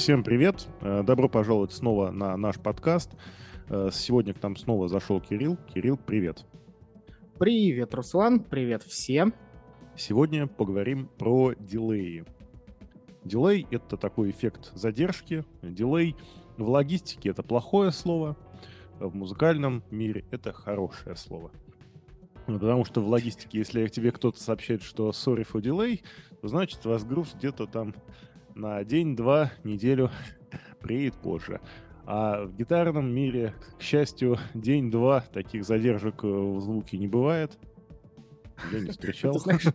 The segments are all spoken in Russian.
Всем привет! Добро пожаловать снова на наш подкаст. Сегодня к нам снова зашел Кирилл. Кирилл, привет! Привет, Руслан, привет всем! Сегодня поговорим про дилеи. Дилей — это такой эффект задержки. Дилей в логистике — это плохое слово, в музыкальном мире это хорошее слово. Потому что в логистике, если тебе кто-то сообщает, что sorry for delay, то значит, вас груз где-то там на день, два, неделю приедет позже. А в гитарном мире, к счастью, день-два таких задержек в звуке не бывает. Я не встречал.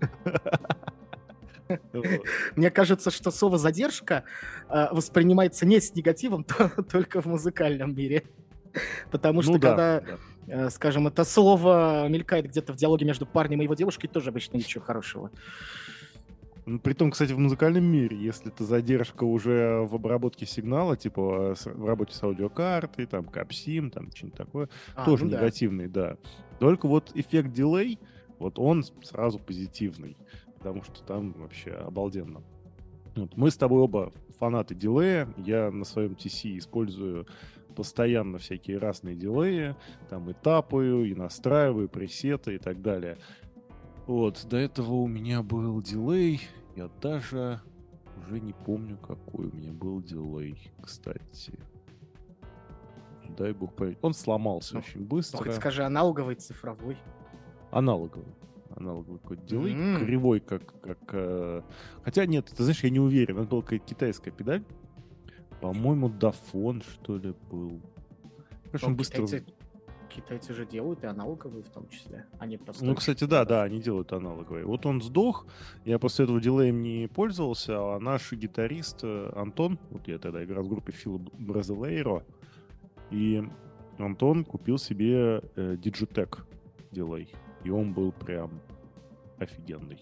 Мне кажется, что слово «задержка» воспринимается не с негативом, только в музыкальном мире. Потому что когда, скажем, это слово мелькает где-то в диалоге между парнем и его девушкой, тоже обычно ничего хорошего. Притом, кстати, в музыкальном мире, если это задержка уже в обработке сигнала, типа в работе с аудиокартой, там, капсим, там, что-нибудь такое, тоже негативный, да. Только вот эффект дилей, вот он сразу позитивный, потому что там вообще обалденно. Вот. Мы с тобой оба фанаты дилея, я на своем TC использую постоянно всякие разные дилеи, там и тапаю, и настраиваю пресеты и так далее. Вот, до этого у меня был дилей, я даже уже не помню, какой у меня был дилей, кстати. Дай бог память. Он сломался очень быстро. Хоть скажи, аналоговый, цифровой? Аналоговый какой-то дилей, кривой, как... Хотя нет, ты знаешь, я не уверен, это была какая-то китайская педаль. По-моему, Дафон, что ли, был. Конечно, быстро... Китайцы же делают и аналоговые в том числе. Они просто... Ну, кстати, да, они делают аналоговые. Вот он сдох, я после этого дилеем не пользовался, а наш гитарист Антон, вот я тогда играл в группе Фила Бразилейро, и Антон купил себе Digitech дилей, и он был прям офигенный.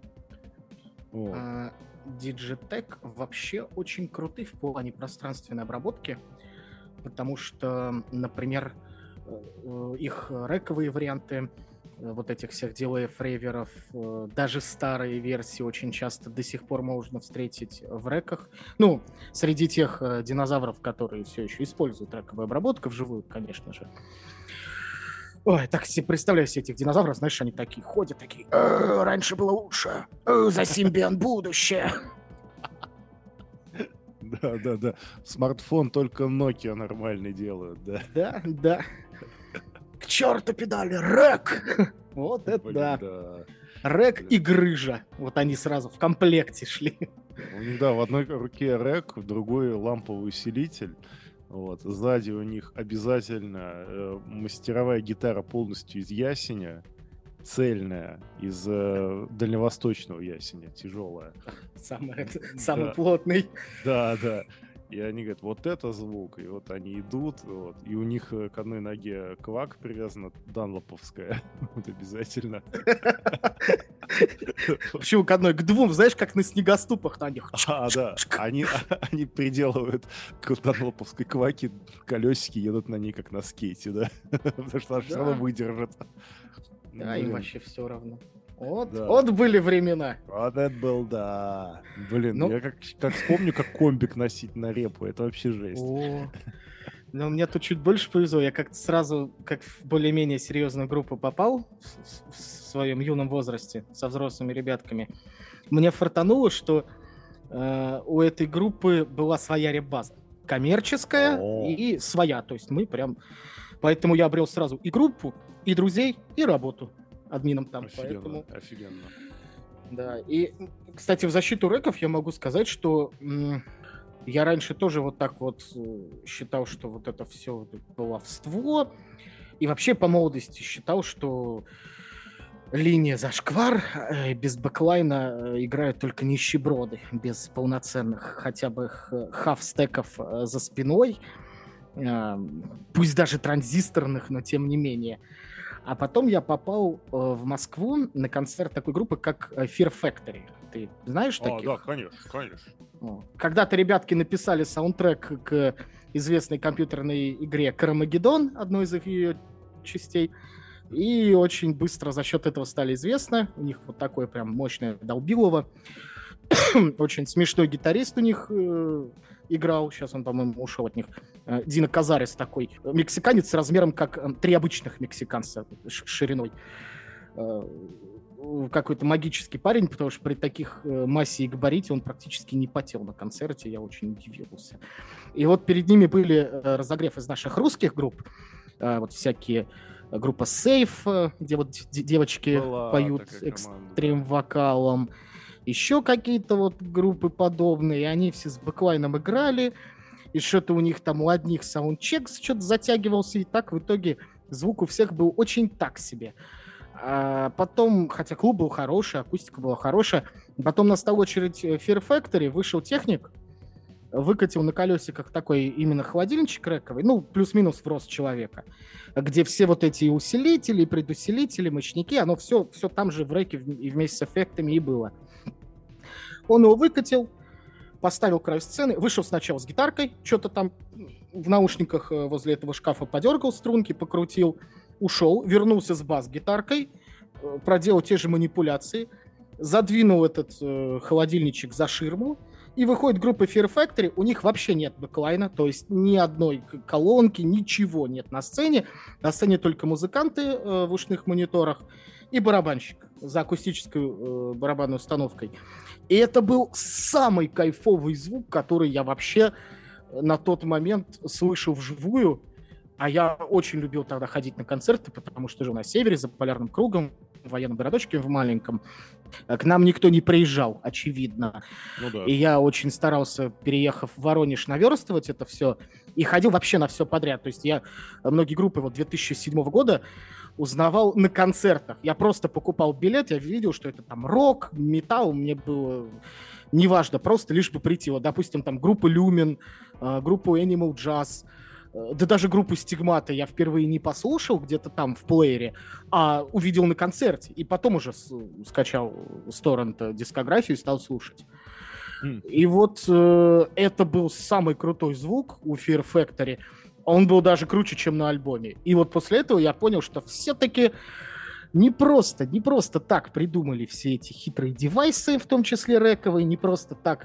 Digitech вообще очень крутый в плане пространственной обработки, потому что, например, их рековые варианты вот этих всех дилеев, рейверов, даже старые версии очень часто до сих пор можно встретить в реках. Ну, среди тех динозавров, которые все еще используют рековую обработку вживую, конечно же. Ой, так себе представляю себе этих динозавров, знаешь, они такие ходят, такие: раньше было лучше, за Симбиан будущее. Да. Смартфон только Nokia нормальный делают, да. Да. К черту педали, рэк! Вот это да. Рэк и грыжа. Вот они сразу в комплекте шли. У них, да, в одной руке рэк, в другой ламповый усилитель. Вот. Сзади у них обязательно мастеровая гитара полностью из ясеня, цельная, из дальневосточного ясеня, тяжелая. Самый плотный. Да. И они говорят, вот это звук, и вот они идут, вот, и у них к одной ноге квак привязана, данлоповская, вот обязательно. Почему к одной? К двум, знаешь, как на снегоступах на них. Да, они приделывают к данлоповской кваке, колесики едут на ней, как на скейте, да, потому что она все равно выдержит. Да, им вообще все равно. Вот были времена. Вот это был, да. Блин, я как вспомню, как комбик носить на репу, это вообще жесть. Но мне тут чуть больше повезло. Я как-то сразу, как в более-менее серьезную группу попал в своем юном возрасте со взрослыми ребятками. Мне фартануло, что у этой группы была своя реп-база. Коммерческая и своя. То есть мы прям... Поэтому я обрел сразу и группу, и друзей, и работу админом там. Офигенно. Да, и, кстати, в защиту рэков я могу сказать, что я раньше тоже вот так вот считал, что вот это все баловство, и вообще по молодости считал, что линия зашквар, без бэклайна играют только нищеброды, без полноценных хотя бы хаф-стеков за спиной, пусть даже транзисторных, но тем не менее. А потом я попал в Москву на концерт такой группы, как Fear Factory. Ты знаешь таких? Да, конечно. Когда-то ребятки написали саундтрек к известной компьютерной игре Кармагеддон, одной из ее частей, и очень быстро за счет этого стали известны. У них вот такое прям мощное долбилово. Очень смешной гитарист у них играл, сейчас он, по-моему, ушел от них. Дино Казарес такой, мексиканец с размером как 3 обычных мексиканца шириной. Какой-то магический парень, потому что при таких массе и габарите он практически не потел на концерте, я очень удивился. И вот перед ними были разогрев из наших русских групп, вот всякие группа Сейф, где вот девочки поют экстрим-вокалом, еще какие-то вот группы подобные, и они все с бэклайном играли, и что-то у них там у одних саундчек что-то затягивался, и так в итоге звук у всех был очень так себе. А потом, хотя клуб был хороший, акустика была хорошая, потом настала очередь Fear Factory, вышел техник, выкатил на колесиках такой именно холодильничек рэковый, ну, плюс-минус в рост человека, где все вот эти усилители, предусилители, мощники, оно все там же в рэке и вместе с эффектами и было. Он его выкатил, поставил край сцены, вышел сначала с гитаркой, что-то там в наушниках возле этого шкафа подергал струнки, покрутил, ушел, вернулся с бас-гитаркой, проделал те же манипуляции, задвинул этот холодильничек за ширму, и выходит группа Fear Factory, у них вообще нет бэклайна, то есть ни одной колонки, ничего нет на сцене только музыканты в ушных мониторах и барабанщик за акустической барабанной установкой. И это был самый кайфовый звук, который я вообще на тот момент слышал вживую. А я очень любил тогда ходить на концерты, потому что жил на севере, за полярным кругом, в военном городочке в маленьком. К нам никто не приезжал, очевидно. Ну, да. И я очень старался, переехав в Воронеж, наверстывать это все. И ходил вообще на все подряд. То есть я многие группы вот 2007 года узнавал на концертах. Я просто покупал билет, я видел, что это там рок, металл. Мне было неважно, просто лишь бы прийти. Вот, допустим, там группа Люмен, группу Animal Jazz, да даже группу Стигмата я впервые не послушал где-то там в плеере, а увидел на концерте. И потом уже скачал с торрента дискографию и стал слушать. И вот это был самый крутой звук у Fear Factory. Он был даже круче, чем на альбоме. И вот после этого я понял, что все-таки не просто так придумали все эти хитрые девайсы, в том числе рэковые, не просто так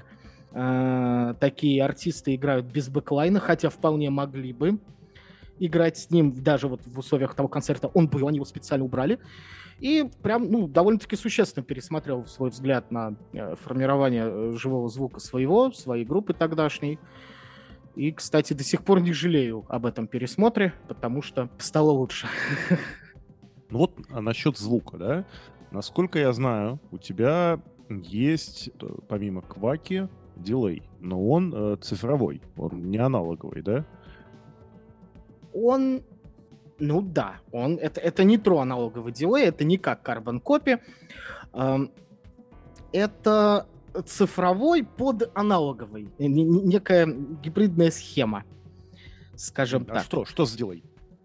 такие артисты играют без бэклайна, хотя вполне могли бы играть с ним даже вот в условиях того концерта. Он был, они его специально убрали. И прям, довольно-таки существенно пересмотрел свой взгляд на формирование живого звука своей группы тогдашней. И, кстати, до сих пор не жалею об этом пересмотре, потому что стало лучше. Ну вот, а насчет звука, да? Насколько я знаю, у тебя есть, помимо кваки, дилей, но он цифровой, он не аналоговый, да? Он, да, это не true аналоговый дилей, это не как Carbon Copy, это цифровой под аналоговый, некая гибридная схема, скажем так. Что с дилей?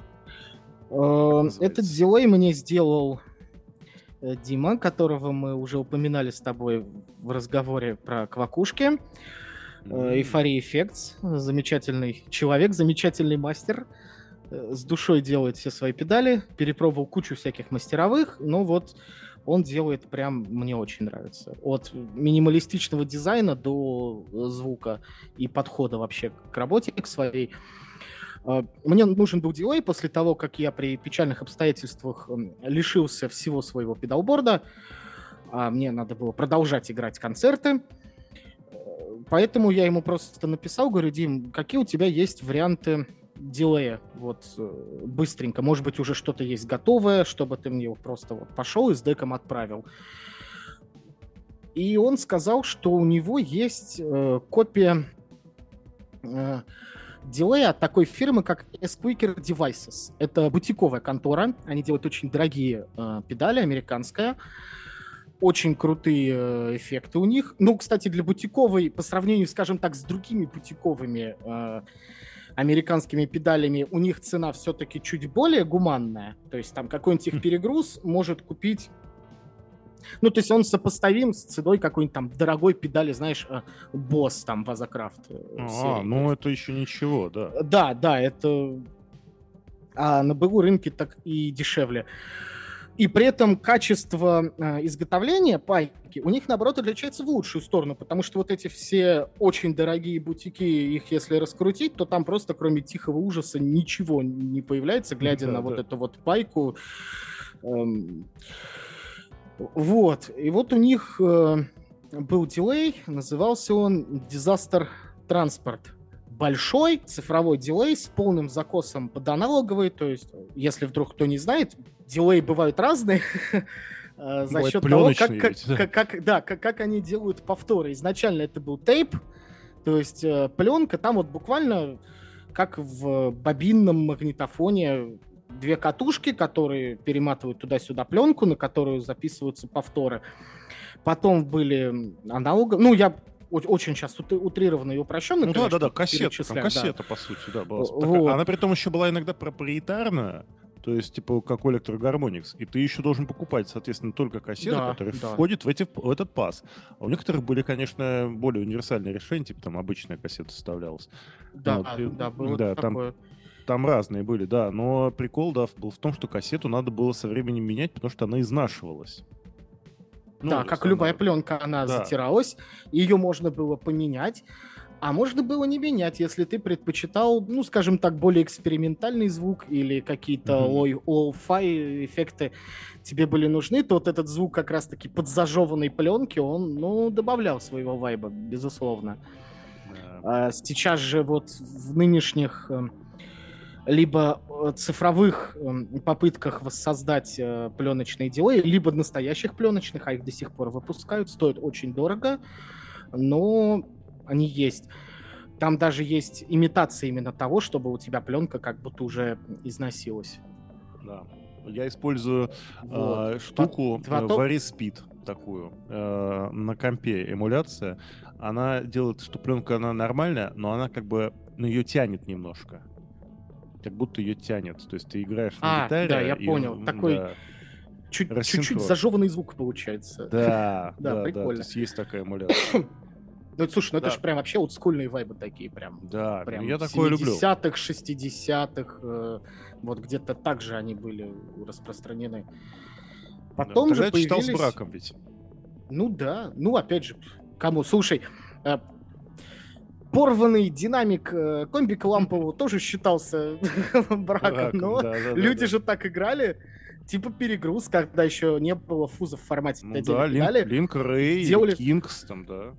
Этот дилей мне сделал Дима, которого мы уже упоминали с тобой в разговоре про квакушки. Euphoria Effects. Замечательный человек, замечательный мастер. С душой делает все свои педали. Перепробовал кучу всяких мастеровых, но вот он делает прям, мне очень нравится. От минималистичного дизайна до звука и подхода вообще к работе к своей. Мне нужен был дилей после того, как я при печальных обстоятельствах лишился всего своего педалборда. Мне надо было продолжать играть концерты. Поэтому я ему просто написал, говорю: Дим, какие у тебя есть варианты дилея? Вот быстренько. Может быть, уже что-то есть готовое, чтобы ты мне просто вот пошел и с деком отправил. И он сказал, что у него есть копия дилея от такой фирмы, как Squeaker Devices. Это бутиковая контора. Они делают очень дорогие педали, американская. Очень крутые эффекты у них. Ну, кстати, для бутиковой, по сравнению, скажем так, с другими бутиковыми американскими педалями, у них цена все-таки чуть более гуманная. То есть там какой-нибудь их перегруз может купить... Ну, то есть он сопоставим с ценой какой-нибудь там дорогой педали, знаешь, Boss, там, Вазокрафт. Ну это еще ничего, да. Да, это... А на БУ рынке так и дешевле. И при этом качество изготовления пайки у них, наоборот, отличается в лучшую сторону, потому что вот эти все очень дорогие бутики, их если раскрутить, то там просто кроме тихого ужаса ничего не появляется, глядя на вот эту вот пайку. Вот. И вот у них был дилей, назывался он Disaster Transport. Большой цифровой дилей с полным закосом под аналоговый, то есть, если вдруг кто не знает, дилей бывают разные за счет того, как они делают повторы. Изначально это был тейп, то есть пленка, там вот буквально как в бобинном магнитофоне две катушки, которые перематывают туда-сюда пленку, на которую записываются повторы. Потом были аналоговые, я очень сейчас утрированно и упрощенно. Ну да, кассета, по сути, да, была. Вот. Она при том еще была иногда проприетарная, то есть типа как Electro-Harmonix, и ты еще должен покупать, соответственно, только кассету, которая входит в этот пас. А у некоторых были, конечно, более универсальные решения, типа там обычная кассета составлялась. Было такое. Там разные были, да, но прикол, был в том, что кассету надо было со временем менять, потому что она изнашивалась. Как любая пленка, она затиралась, ее можно было поменять, а можно было не менять, если ты предпочитал, скажем так, более экспериментальный звук или какие-то лоу-фай эффекты тебе были нужны, то вот этот звук как раз-таки подзажеванной пленки, он, добавлял своего вайба, безусловно. Сейчас же вот в нынешних либо цифровых попытках воссоздать пленочные дилеи, либо настоящих пленочных, а их до сих пор выпускают, стоят очень дорого, но они есть. Там даже есть имитация именно того, чтобы у тебя пленка как будто уже износилась. Да. Я использую штуку VariSpeed такую на компе, эмуляция. Она делает, что пленка она нормальная, но она как бы, ее тянет немножко. Как будто ее тянет. То есть ты играешь на гитаре. Да, я понял. Такой чуть-чуть зажеванный звук получается. Да, прикольно. То есть есть такая эмуляция. Слушай, это же прям вообще олдскульные вайбы такие прям. Да, прям я такое люблю. 70-х, 60-х, вот где-то так же они были распространены. Потом же появились... читал с браком ведь. Опять же, кому? Слушай, порванный динамик комбика лампового тоже считался браком, но люди же так играли, типа перегруз, когда еще не было фузов в формате. Линк Рэй, делали... Кингс там, да.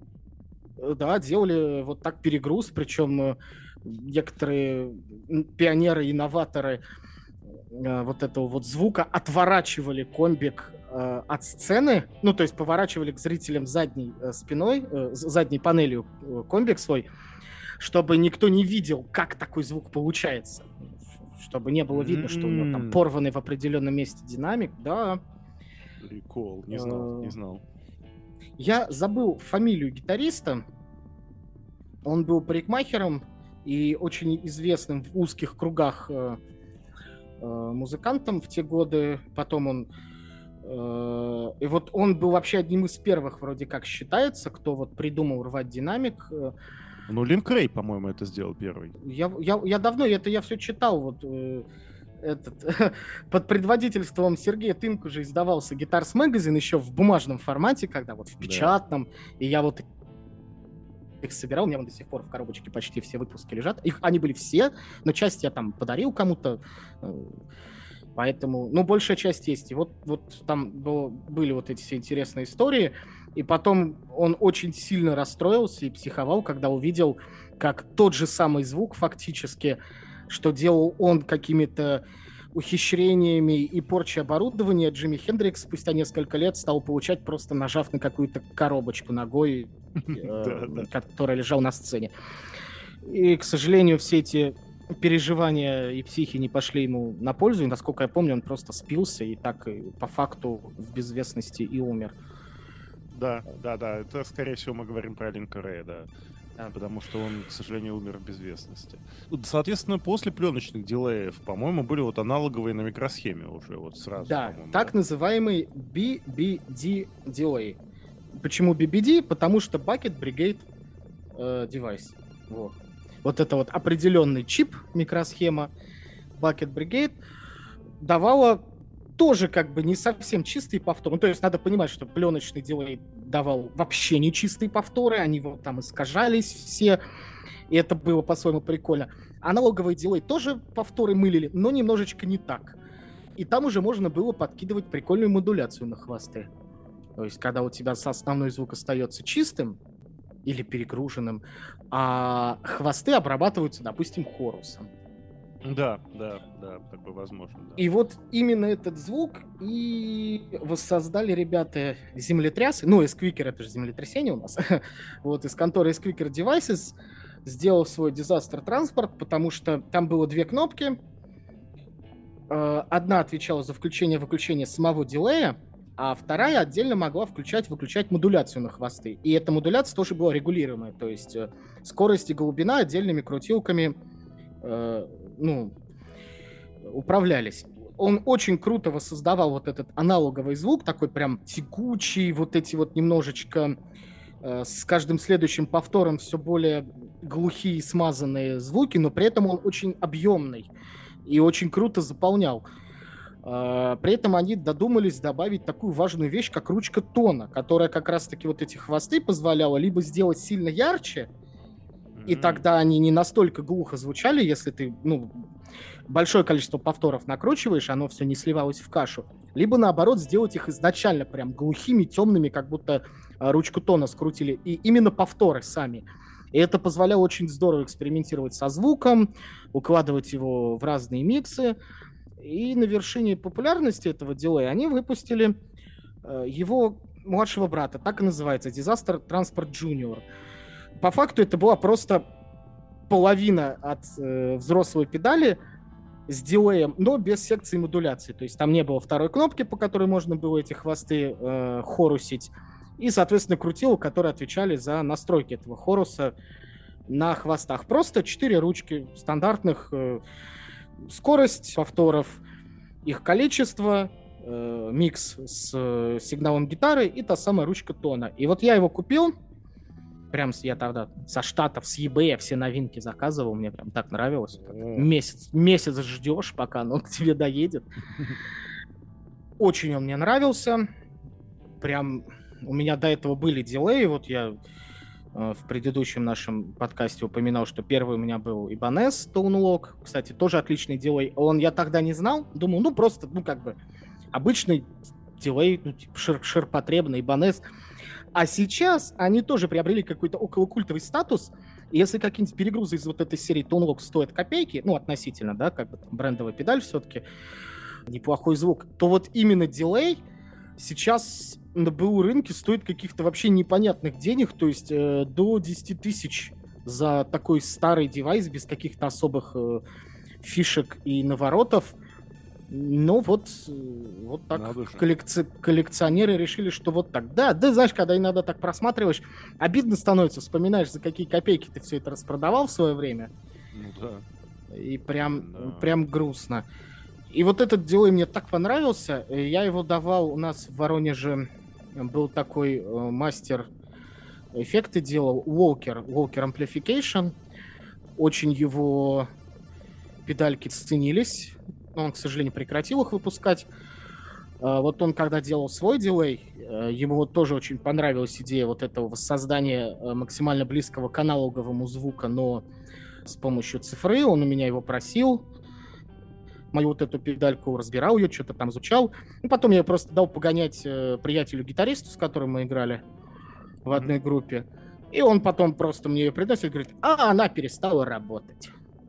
Да, делали вот так перегруз, причем некоторые пионеры, инноваторы вот этого вот звука отворачивали комбик от сцены, то есть поворачивали к зрителям задней спиной, задней панелью комбик свой, чтобы никто не видел, как такой звук получается. Чтобы не было видно, что у него там порванный в определенном месте динамик, да. Прикол, не знал. Я забыл фамилию гитариста. Он был парикмахером и очень известным в узких кругах музыкантом в те годы. Потом он... И вот он был вообще одним из первых, вроде как считается, кто вот придумал рвать динамик. Линк Рэй, по-моему, это сделал первый. Я давно, я все читал, вот... под предводительством Сергея Тымка же издавался Guitars Magazine еще в бумажном формате, когда вот в печатном, и я вот их собирал, у меня вон до сих пор в коробочке почти все выпуски лежат. Они были все, но часть я там подарил кому-то, поэтому, большая часть есть. И вот там были вот эти все интересные истории, и потом он очень сильно расстроился и психовал, когда увидел, как тот же самый звук фактически, что делал он какими-то ухищрениями и порчей оборудования, Джимми Хендрикс спустя несколько лет стал получать, просто нажав на какую-то коробочку ногой, которая лежала на сцене. И, к сожалению, все эти переживания и психи не пошли ему на пользу, и, насколько я помню, он просто спился и так и по факту в безвестности и умер. Да, это, скорее всего, мы говорим про Линка Рэя, да. Потому что он, к сожалению, умер в безвестности. Соответственно, после пленочных дилеев, по-моему, были вот аналоговые на микросхеме уже вот сразу. Да, так называемый BBD дилей. Почему BBD? Потому что Bucket Brigade Device. Вот это вот определенный чип, микросхема Bucket Brigade давала тоже как бы не совсем чистый повтор. Ну, то есть надо понимать, что пленочный дилей давал вообще не чистые повторы, они вот там искажались все, и это было по-своему прикольно. Аналоговый дилей тоже повторы мылили, но немножечко не так. И там уже можно было подкидывать прикольную модуляцию на хвосты. То есть когда у тебя основной звук остается чистым или перегруженным, а хвосты обрабатываются, допустим, хорусом. Да, такое возможно. Да. И вот именно этот звук и воссоздали ребята землетрясы. Ну, Squeaker — это же землетрясение у нас. Вот из конторы Squeaker Devices сделал свой Disaster Transport, потому что там было две кнопки. Одна отвечала за включение-выключение самого дилея, а вторая отдельно могла включать-выключать модуляцию на хвосты. И эта модуляция тоже была регулируемая, то есть скорость и глубина отдельными крутилками управлялись. Он очень круто воссоздавал вот этот аналоговый звук, такой прям тягучий, вот эти вот немножечко с каждым следующим повтором все более глухие, смазанные звуки, но при этом он очень объемный и очень круто заполнял. При этом они додумались добавить такую важную вещь, как ручка тона, которая как раз-таки вот эти хвосты позволяла либо сделать сильно ярче, и тогда они не настолько глухо звучали, если ты, большое количество повторов накручиваешь, оно все не сливалось в кашу. Либо, наоборот, сделать их изначально прям глухими, темными, как будто ручку тона скрутили. И именно повторы сами. И это позволяло очень здорово экспериментировать со звуком, укладывать его в разные миксы. И на вершине популярности этого дилея они выпустили его младшего брата, так и называется, Disaster Transport Junior. По факту это была просто половина от взрослой педали с дилеем, но без секции модуляции. То есть там не было второй кнопки, по которой можно было эти хвосты хорусить, и, соответственно, крутилок, которые отвечали за настройки этого хоруса на хвостах. Просто 4 ручки стандартных, скорость повторов, их количество, микс с сигналом гитары и та самая ручка тона. И вот я его купил, прям я тогда со Штатов, с eBay все новинки заказывал, мне прям так нравилось. Месяц ждешь, пока он к тебе доедет. Очень он мне нравился. Прям у меня до этого были дилеи, вот я в предыдущем нашем подкасте упоминал, что первый у меня был Ibanez Tone Lock, кстати, тоже отличный дилей. Я тогда не знал, думал, просто, обычный дилей, типа ширпотребный Ibanez. А сейчас они тоже приобрели какой-то околокультовый статус. И если какие-нибудь перегрузы из вот этой серии Tone Lock стоят копейки, относительно, да, брендовая педаль все-таки, неплохой звук, то вот именно дилей сейчас на БУ рынке стоит каких-то вообще непонятных денег, то есть до 10 тысяч за такой старый девайс без каких-то особых фишек и наворотов. Вот так коллекционеры решили, что вот так. Да, знаешь, когда иногда так просматриваешь, обидно становится, вспоминаешь, за какие копейки ты все это распродавал в свое время. Да. И прям грустно. И вот этот дилей мне так понравился. Я его давал, у нас в Воронеже был такой мастер эффекты делал, Walker Amplification. Очень его педальки ценились. Но он, к сожалению, прекратил их выпускать. Вот он, когда делал свой дилей, ему тоже очень понравилась идея вот этого воссоздания максимально близкого к аналоговому звуку, но с помощью цифры. Он у меня его просил. Мою вот эту педальку разбирал ее, что-то там изучал. И потом я ее просто дал погонять приятелю-гитаристу, с которым мы играли в одной группе. И он потом просто мне ее приносит и говорит, она перестала работать.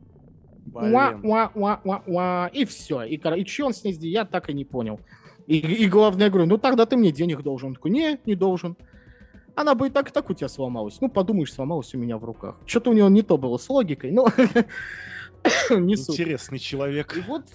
И все. И что он с ней сделал, я так и не понял. И главное, я говорю, тогда ты мне денег должен. Он такой, не должен. Она бы и так у тебя сломалась. Подумаешь, сломалась у меня в руках. Что-то у него не то было с логикой, не суть. Интересный человек. И вот,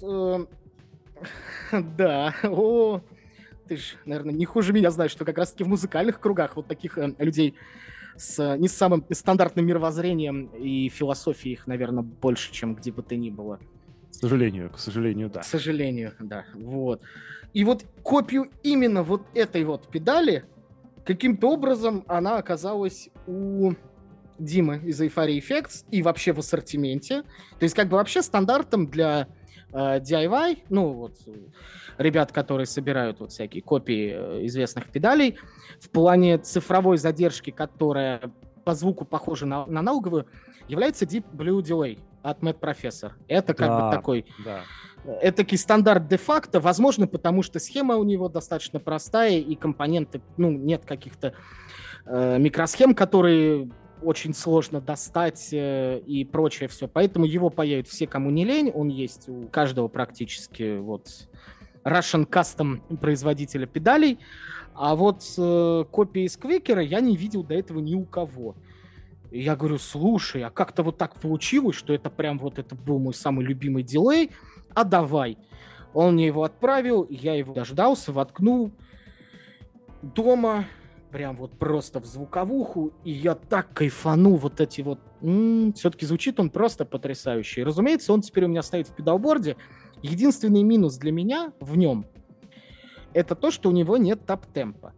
да, ты ж, наверное, не хуже меня знаешь, что как раз-таки в музыкальных кругах вот таких людей с не самым стандартным мировоззрением и философией их, наверное, больше, чем где бы то ни было. К сожалению, да. К сожалению, да. Вот. И вот копию именно вот этой вот педали каким-то образом она оказалась у Димы из Euphoria Effects и вообще в ассортименте. То есть вообще стандартом для DIY, ну вот ребят, которые собирают вот всякие копии известных педалей, в плане цифровой задержки, которая по звуку похожа на аналоговую, является Deep Blue Delay от Mad Professor. Это как бы такой этакий стандарт де-факто, возможно, потому что схема у него достаточно простая, и компоненты, ну, нет каких-то микросхем, которые очень сложно достать и прочее все. Поэтому его паяют все, кому не лень. Он есть у каждого практически вот Russian Custom производителя педалей. А вот копии Сквикера я не видел до этого ни у кого. И я говорю, слушай, а как-то вот так получилось, что это прям вот это был мой самый любимый дилей, а давай. Он мне его отправил, я его дождался, воткнул дома, прям вот просто в звуковуху, и я так кайфанул вот эти вот... Все-таки звучит он просто потрясающе. И, разумеется, он теперь у меня стоит в педалборде. Единственный минус для меня в нем это то, что у него нет тап-темпа.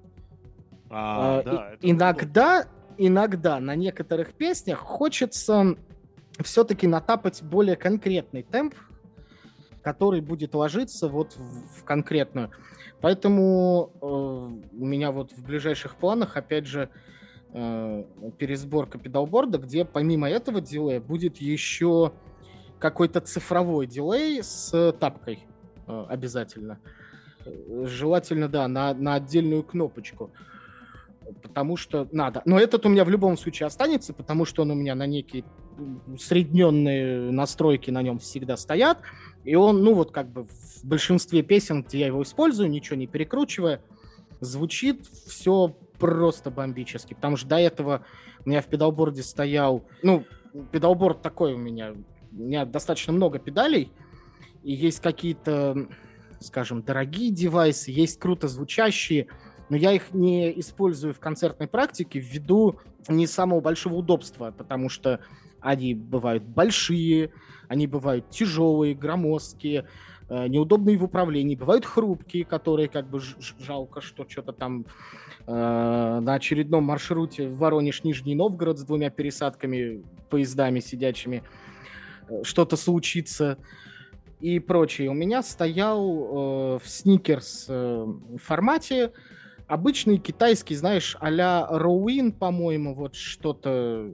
Иногда на некоторых песнях хочется все-таки натапать более конкретный темп, который будет ложиться вот в конкретную. Поэтому у меня вот в ближайших планах, опять же, пересборка педалборда, где помимо этого дилея будет еще какой-то цифровой дилей с тапкой обязательно. Желательно, да, на отдельную кнопочку. Потому что надо. Но этот у меня в любом случае останется, потому что он у меня на некие усредненные настройки на нем всегда стоят. И он, ну вот как бы в большинстве песен, где я его использую, ничего не перекручивая, звучит все просто бомбически. Потому что до этого у меня в педалборде стоял... Ну, педалборд такой у меня достаточно много педалей. И есть какие-то, скажем, дорогие девайсы, есть круто звучащие, но я их не использую в концертной практике ввиду не самого большого удобства, потому что они бывают большие, они бывают тяжелые, громоздкие, неудобные в управлении, бывают хрупкие, которые как бы жалко, что что-то там на очередном маршруте в Воронеж-Нижний Новгород с 2 пересадками, поездами сидячими, что-то случится и прочее. У меня стоял в сникерс формате обычный китайский, знаешь, а-ля Rowan, по-моему, вот что-то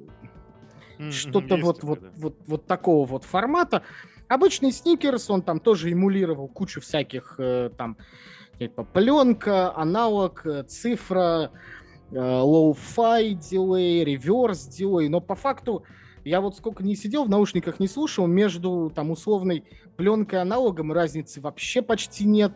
вот такого вот формата. Обычный сникерс, он там тоже эмулировал кучу всяких там типа пленка, аналог, цифра, лоу-фай дилей, реверс дилей, но по факту я вот сколько не сидел, в наушниках не слушал, между там условной пленкой и аналогом разницы вообще почти нет.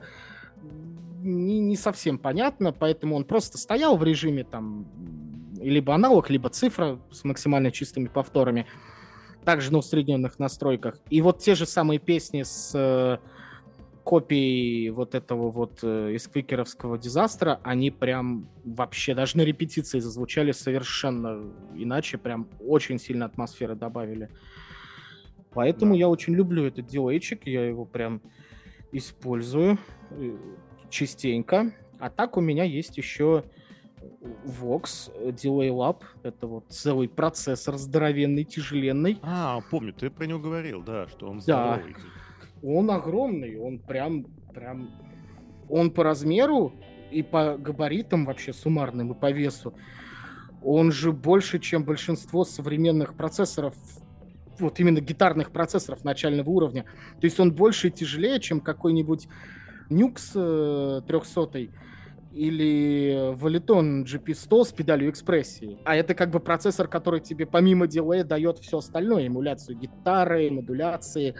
Не совсем понятно, поэтому он просто стоял в режиме там либо аналог, либо цифра с максимально чистыми повторами, также на усредненных настройках. И вот те же самые песни с копией вот этого вот из квикеровского дизастера, они прям вообще даже на репетиции зазвучали совершенно иначе, прям очень сильно атмосферы добавили. Поэтому я очень люблю этот дилейчик, я его прям использую частенько. А так у меня есть еще Vox Delay Lab. Это вот целый процессор здоровенный, тяжеленный. Помню, ты про него говорил, да, что он здоровый. Он огромный, он прям... Он по размеру и по габаритам вообще суммарным, и по весу. Он же больше, чем большинство современных процессоров, вот именно гитарных процессоров начального уровня. То есть он больше и тяжелее, чем какой-нибудь Nux 300 или Valiton GP100 с педалью экспрессии. А это как бы процессор, который тебе помимо дилея дает все остальное. Эмуляцию гитары, модуляции,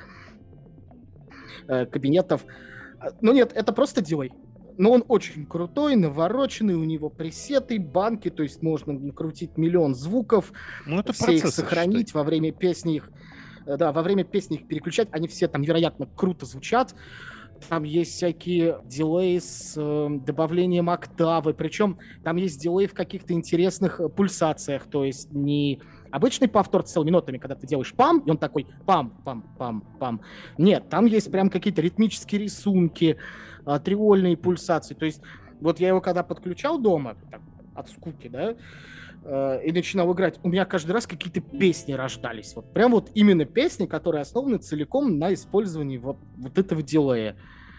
кабинетов. Ну нет, это просто дилей. Но он очень крутой, навороченный, у него пресеты, банки, то есть можно накрутить миллион звуков, это все их сохранить, считай. Во время песни их переключать, они все там невероятно круто звучат. Там есть всякие дилеи с добавлением октавы, причем там есть дилей в каких-то интересных пульсациях, то есть не обычный повтор целыми нотами, когда ты делаешь пам, и он такой пам-пам-пам-пам. Нет, там есть прям какие-то ритмические рисунки, триольные пульсации. То есть вот я его когда подключал дома, так, от скуки, да, и начинал играть, у меня каждый раз какие-то песни рождались. Вот прям вот именно песни, которые основаны целиком на использовании вот этого дилея.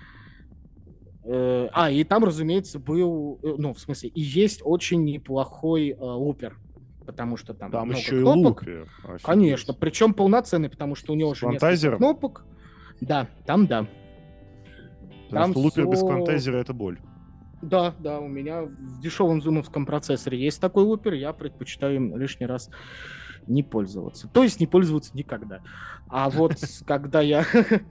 И там, разумеется, был, в смысле, и есть очень неплохой лупер, потому что там много еще кнопок. И лупер. Офигеть. Конечно, причем полноценный, потому что у него же несколько кнопок. Да, там да. Потому что лупер без квантайзера — это боль. Да, у меня в дешевом зумовском процессоре есть такой лупер, я предпочитаю им лишний раз не пользоваться. То есть не пользоваться никогда. А вот когда я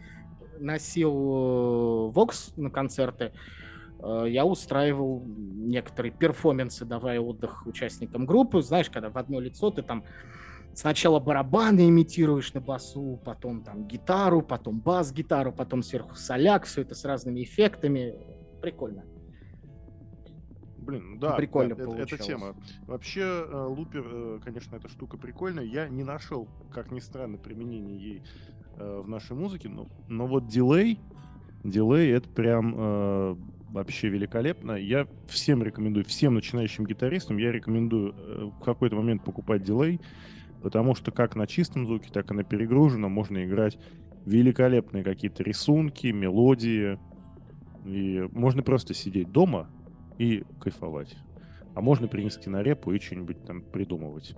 носил Vox на концерты, я устраивал некоторые перформансы, давая отдых участникам группы. Знаешь, когда в одно лицо ты там сначала барабаны имитируешь на басу, потом там гитару, потом бас-гитару, потом сверху соляк, все это с разными эффектами. Прикольно. Блин, да, прикольно это тема. Вообще, лупер, конечно, эта штука прикольная. Я не нашел, как ни странно, применения ей в нашей музыке, но вот дилей это прям вообще великолепно. Я всем рекомендую, всем начинающим гитаристам, я рекомендую в какой-то момент покупать дилей, потому что как на чистом звуке, так и на перегруженном можно играть великолепные какие-то рисунки, мелодии. И можно просто сидеть дома и кайфовать. А можно принести на репу и что-нибудь там придумывать.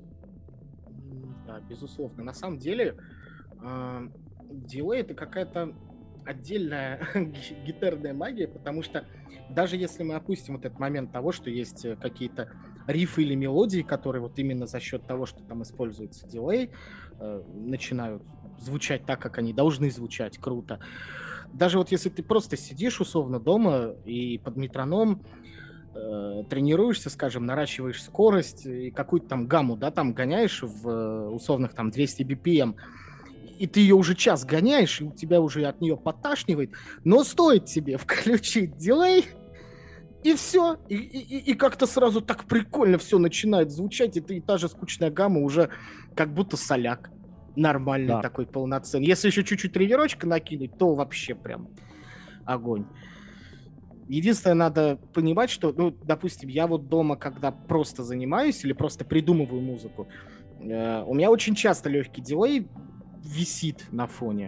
Да, безусловно. На самом деле, дилей — это какая-то отдельная гитарная магия, потому что даже если мы опустим вот этот момент того, что есть какие-то рифы или мелодии, которые вот именно за счет того, что там используется дилей, начинают звучать так, как они должны звучать, круто. Даже вот если ты просто сидишь условно дома и под метроном тренируешься, скажем, наращиваешь скорость и какую-то там гамму, да, там гоняешь в условных там 200 BPM, и ты ее уже час гоняешь, и у тебя уже от нее поташнивает, но стоит тебе включить дилей, и все, и как-то сразу так прикольно все начинает звучать, и та же скучная гамма уже как будто соляк. Нормальный такой полноценный. Если еще чуть-чуть тренировочка накинуть, то вообще прям огонь. Единственное, надо понимать, что, допустим, я вот дома, когда просто занимаюсь или просто придумываю музыку, у меня очень часто легкий дилей висит на фоне.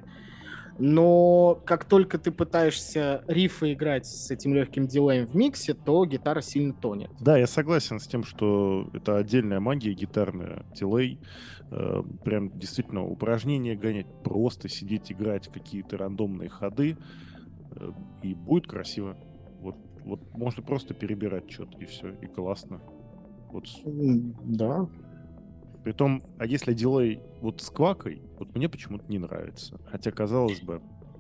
Но как только ты пытаешься рифы играть с этим легким дилеем в миксе, то гитара сильно тонет. Да, я согласен с тем, что это отдельная магия гитарная, дилей. Прям действительно упражнение гонять, просто сидеть, играть какие-то рандомные ходы, и будет красиво. Вот можно просто перебирать что-то, и все, и классно. Вот. Да. Притом, а если дилей вот с квакой, вот мне почему-то не нравится. Хотя, казалось бы...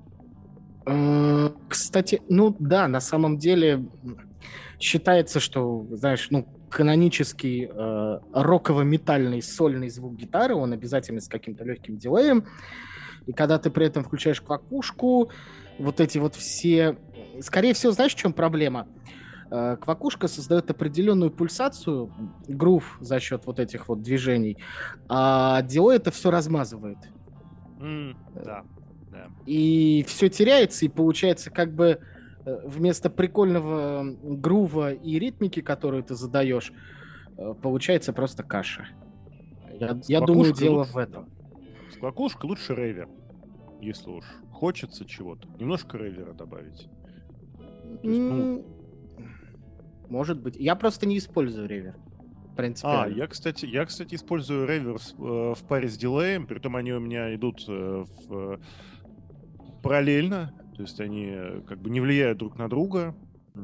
Кстати, на самом деле считается, что, знаешь, канонический роково-метальный сольный звук гитары, он обязательно с каким-то легким дилеем. И когда ты при этом включаешь квакушку, вот эти вот все... Скорее всего, знаешь, в чем проблема? Квакушка создает определенную пульсацию, грув за счет вот этих вот движений, а дилей это все размазывает. Да. И все теряется, и получается как бы вместо прикольного грува и ритмики, которую ты задаешь, получается просто каша. Я думаю, дело в этом. С квакушкой лучше ревер, если уж хочется чего-то. Немножко ревера добавить. То есть, может быть. Я просто не использую ревер. Принципиально. Я, кстати, использую ревер в паре с дилеем, притом они у меня идут параллельно, то есть они как бы не влияют друг на друга.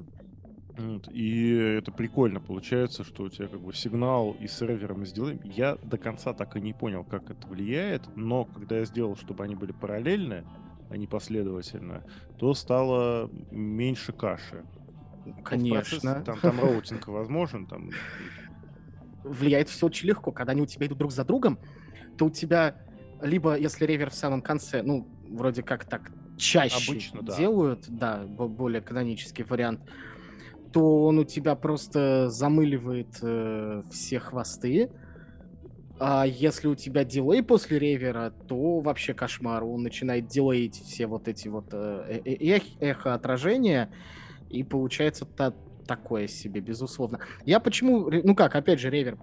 И это прикольно получается, что у тебя как бы сигнал и с ревером, и с дилеем. Я до конца так и не понял, как это влияет, но когда я сделал, чтобы они были параллельны, а не последовательно, то стало меньше каши. Конечно. Там роутинг возможен, там... Влияет все очень легко. Когда они у тебя идут друг за другом, то у тебя либо, если ревер в самом конце, вроде как так чаще обычно, делают, да, более канонический вариант, то он у тебя просто замыливает все хвосты. А если у тебя дилей после ревера, то вообще кошмар. Он начинает дилеить все вот эти вот эхо-отражения, и получается такое себе, безусловно. Я почему... опять же, ревер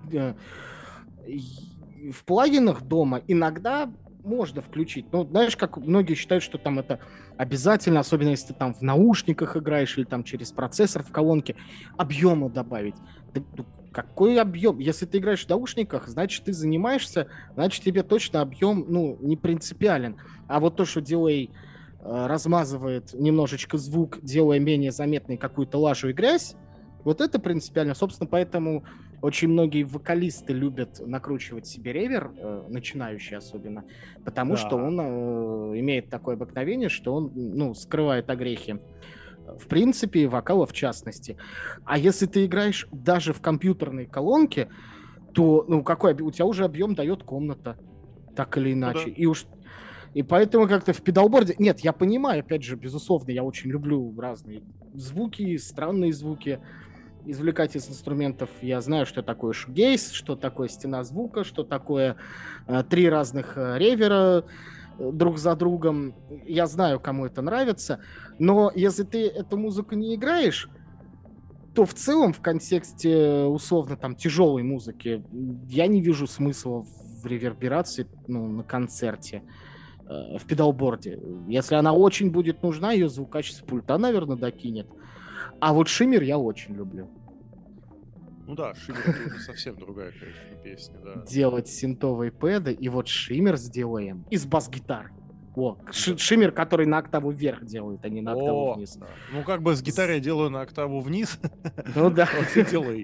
в плагинах дома иногда можно включить. Ну, знаешь, как многие считают, что там это обязательно, особенно если ты там в наушниках играешь или там через процессор в колонке, объема добавить. Какой объем? Если ты играешь в наушниках, значит, ты занимаешься, значит, тебе точно объем, не принципиален. А вот то, что дилей размазывает немножечко звук, делая менее заметной какую-то лажу и грязь, вот это принципиально. Собственно, поэтому очень многие вокалисты любят накручивать себе ревер, начинающие особенно, потому что он имеет такое обыкновение, что он, скрывает огрехи. В принципе, и вокала в частности. А если ты играешь даже в компьютерной колонке, то, какой у тебя уже объем дает комната, так или иначе. И поэтому как-то в педалборде... Нет, я понимаю, опять же, безусловно, я очень люблю разные звуки, странные звуки, извлекать из инструментов. Я знаю, что такое шугейс, что такое стена звука, что такое 3 разных ревера друг за другом. Я знаю, кому это нравится. Но если ты эту музыку не играешь, то в целом в контексте условно там тяжелой музыки я не вижу смысла в реверберации на концерте в педалборде. Если она очень будет нужна, ее звукач с пульта, наверное, докинет. А вот Шиммер я очень люблю. Ну да, Шиммер это уже совсем другая, конечно, песня, да. Делать синтовые пэды, и вот Шиммер сделаем из бас-гитар. Шиммер, который на октаву вверх делает, а не на октаву вниз. Да. Ну, как бы с гитарой я делаю на октаву вниз. Ну да. Делай.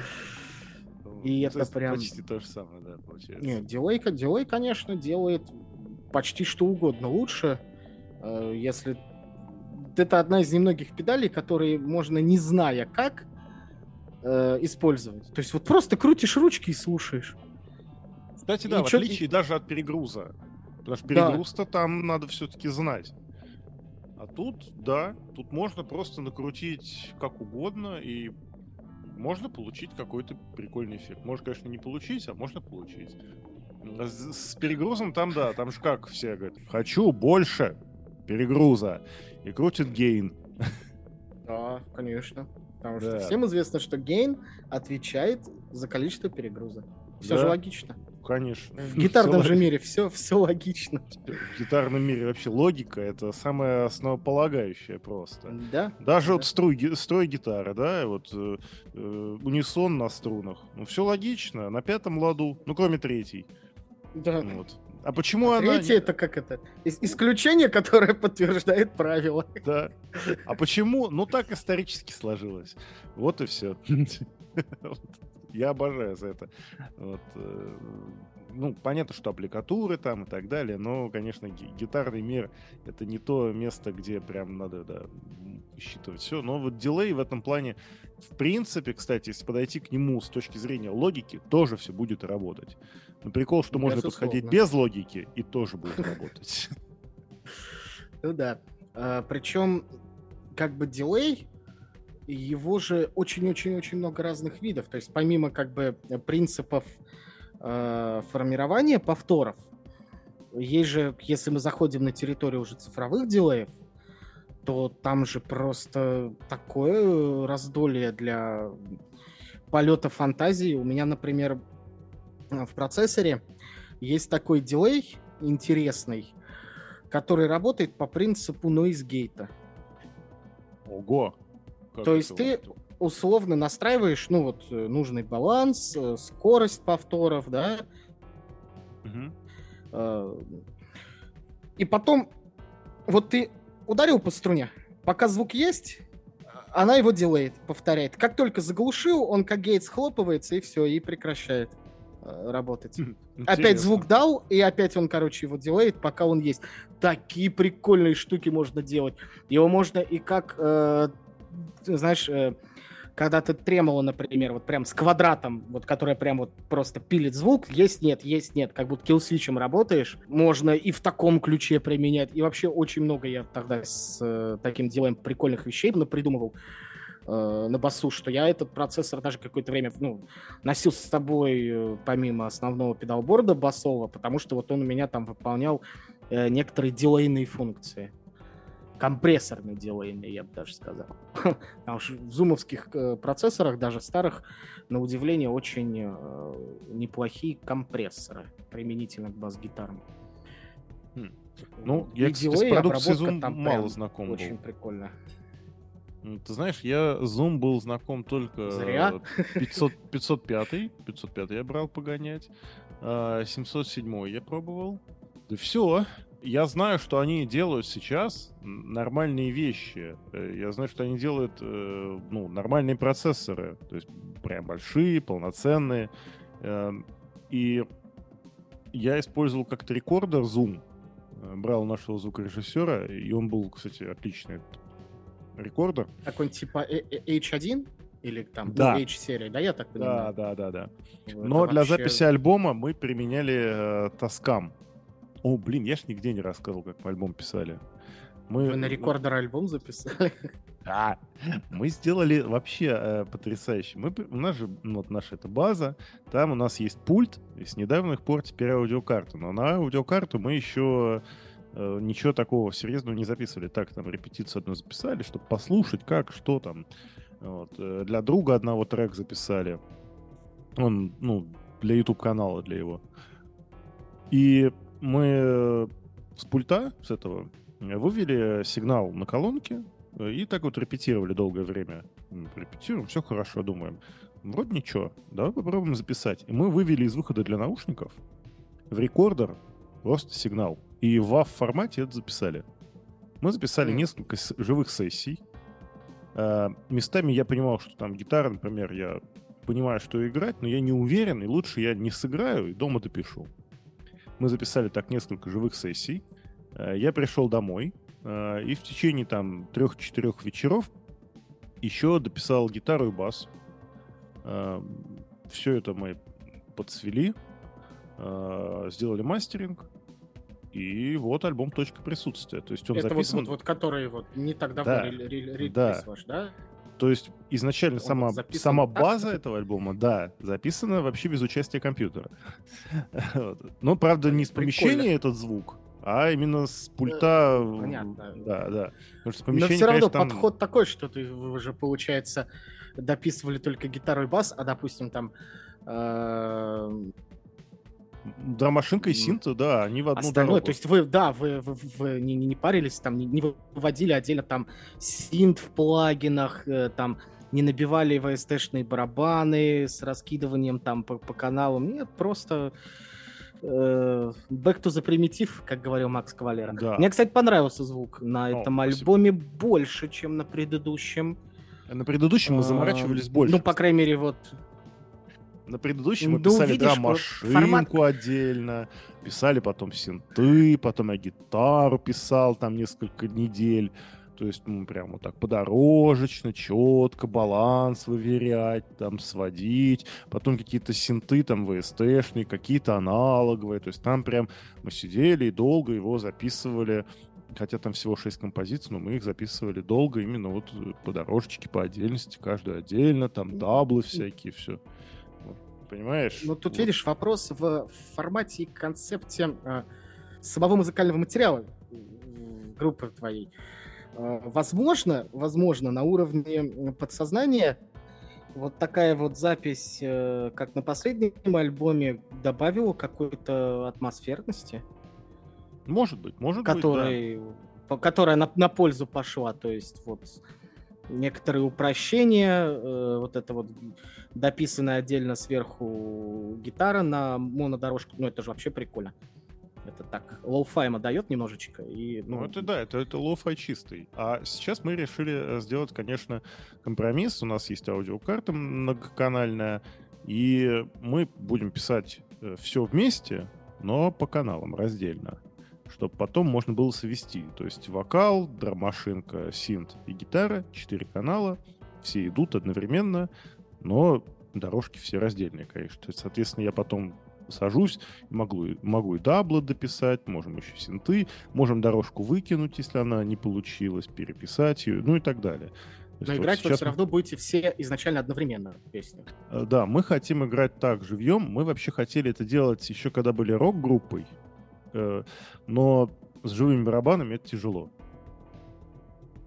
И это прям... Почти то же самое, да, получается. Нет, дилей, конечно, делает почти что угодно лучше. Если... Это одна из немногих педалей, которые можно, не зная как, использовать. То есть вот просто крутишь ручки и слушаешь. Кстати, да, в отличие даже от перегруза. Потому что перегруз-то там надо все-таки знать. А тут, да, тут можно просто накрутить как угодно, и можно получить какой-то прикольный эффект. Можно, конечно, не получить, а можно получить. С перегрузом там, да, там же как все говорят, хочу больше перегруза. И крутит гейн. Да, конечно. Потому что всем известно, что гейн отвечает за количество перегруза. Все же логично. Конечно. В гитарном же мире все логично. В гитарном мире вообще логика — это самое основополагающее просто. Да. Даже вот строй гитары, да, вот унисон на струнах. Ну, все логично, на 5-м ладу, кроме 3-й. Да. Вот. А почему она... Третье это как это? Исключение, которое подтверждает правило. Да. А почему? Ну, так исторически сложилось. Вот и все. Я обожаю за это. Вот. Понятно, что аппликатуры там и так далее, но, конечно, гитарный мир — это не то место, где прям надо считывать все. Но вот дилей в этом плане, в принципе, кстати, если подойти к нему с точки зрения логики, тоже все будет работать. Но прикол, что можно подходить без логики, и тоже будет работать. Ну да. Причем, как бы дилей, его же очень-очень-очень много разных видов. То есть помимо как бы принципов формирования повторов, есть же, если мы заходим на территорию уже цифровых дилеев, то там же просто такое раздолье для полета фантазии. У меня, например, в процессоре есть такой дилей интересный, который работает по принципу нойз-гейта. Ого! То есть ты условно настраиваешь, нужный баланс, скорость повторов, да? И потом вот ты ударил по струне, пока звук есть, она его делает, повторяет. Как только заглушил, он как гейт схлопывается, и все, и прекращает работать. Опять звук дал, и опять он, его делает, пока он есть. Такие прикольные штуки можно делать. Его можно и как... знаешь, когда ты тремоло, например, вот прям с квадратом, вот которая прям вот просто пилит звук, есть-нет, как будто киллсвитчем работаешь, можно и в таком ключе применять. И вообще очень много я тогда с таким делаем прикольных вещей напридумывал на басу, что я этот процессор даже какое-то время носил с собой помимо основного педалборда басового, потому что вот он у меня там выполнял некоторые дилейные функции, компрессорно делаемые, я бы даже сказал. Потому что в зумовских процессорах, даже старых, на удивление, очень неплохие компрессоры применительно к бас-гитарам. Ну, я, кстати, с продукцией Zoom мало знаком был. Очень прикольно. Ты знаешь, я Zoom был знаком только... Зря. 505 я брал погонять, 707 я пробовал. Да все. Я знаю, что они делают сейчас нормальные вещи. Я знаю, что они делают нормальные процессоры. То есть прям большие, полноценные. И я использовал как-то рекордер Zoom. Брал нашего звукорежиссера, и он был, кстати, отличный рекордер. Какой-нибудь типа H1? Или там да. H-серия, да, я так понимаю? Да. Но для записи альбома мы применяли Tascam. О, блин, я ж нигде не рассказывал, как мы альбом писали. Вы на рекордер альбом записали? Да. Мы сделали вообще потрясающе. У нас же наша эта база, там у нас есть пульт, и с недавних пор теперь аудиокарта. Но на аудиокарту мы еще ничего такого серьезного не записывали. Так, там репетицию одну записали, чтобы послушать, как, что там. Вот. Для друга одного трек записали. Он, для YouTube-канала, для его. И мы с пульта, с этого, вывели сигнал на колонке и так вот репетировали долгое время. Репетируем, все хорошо, думаем. Вроде ничего, давай попробуем записать. И мы вывели из выхода для наушников в рекордер просто сигнал. И в WAV-формате это записали. Мы записали несколько живых сессий. Местами я понимал, что там гитара, например, я понимаю, что играть, но я не уверен, и лучше я не сыграю и дома допишу. Мы записали так несколько живых сессий. Я пришел домой, и в течение там 3-4 вечеров еще дописал гитару и бас. Все это мы подсвели, сделали мастеринг, и вот альбом «Точка присутствия». То есть он это записан... вот который вот не так давно релиз ваш, да? То есть изначально сама база этого альбома, да, записана вообще без участия компьютера. Но, правда, не с помещения этот звук, а именно с пульта. Понятно. Да. Но все равно подход такой, что вы уже, получается, дописывали только гитару и бас, а, допустим, там... Драмашинка и синт, да, они в одну остальное, дорогу. То есть вы не парились, там, не выводили отдельно там синт в плагинах, там, не набивали VST-шные барабаны с раскидыванием там по каналам. Нет, просто back to the primitive, как говорил Макс Кавалера. Да. Мне, кстати, понравился звук на этом альбоме больше, чем на предыдущем. На предыдущем мы заморачивались больше. Ну, по крайней мере, вот... На предыдущем мы писали драм-машинку отдельно, писали потом синты, потом я гитару писал там несколько недель. То есть мы прям вот так подорожечно, четко, баланс выверять, там сводить. Потом какие-то синты там VST-шные, какие-то аналоговые. То есть там прям мы сидели и долго его записывали. Хотя там всего 6 композиций, но мы их записывали долго именно вот по дорожечке, по отдельности, каждую отдельно, там даблы всякие, все. Понимаешь? Ну, тут, видишь, вопрос в формате и концепте самого музыкального материала группы твоей. Возможно, на уровне подсознания вот такая вот запись, как на последнем альбоме, добавила какой-то атмосферности. Может быть, да. Которая на пользу пошла. То есть вот некоторые упрощения, вот это вот дописанная отдельно сверху гитара на монодорожку, ну это же вообще прикольно. Это так, лоу-файма дает немножечко. Это лоу-фай чистый. А сейчас мы решили сделать, конечно, компромисс. У нас есть аудиокарта многоканальная, и мы будем писать все вместе, но по каналам раздельно, чтобы потом можно было совместить. То есть вокал, драм-машинка, синт и гитара, 4 канала, все идут одновременно, но дорожки все раздельные, конечно. То есть, соответственно, я потом сажусь, могу и даблы дописать, можем еще синты, можем дорожку выкинуть, если она не получилась, переписать ее, ну и так далее. Но играть вы все равно будете все изначально одновременно песни. Да, мы хотим играть так живьем. Мы вообще хотели это делать еще когда были рок-группой, но с живыми барабанами это тяжело.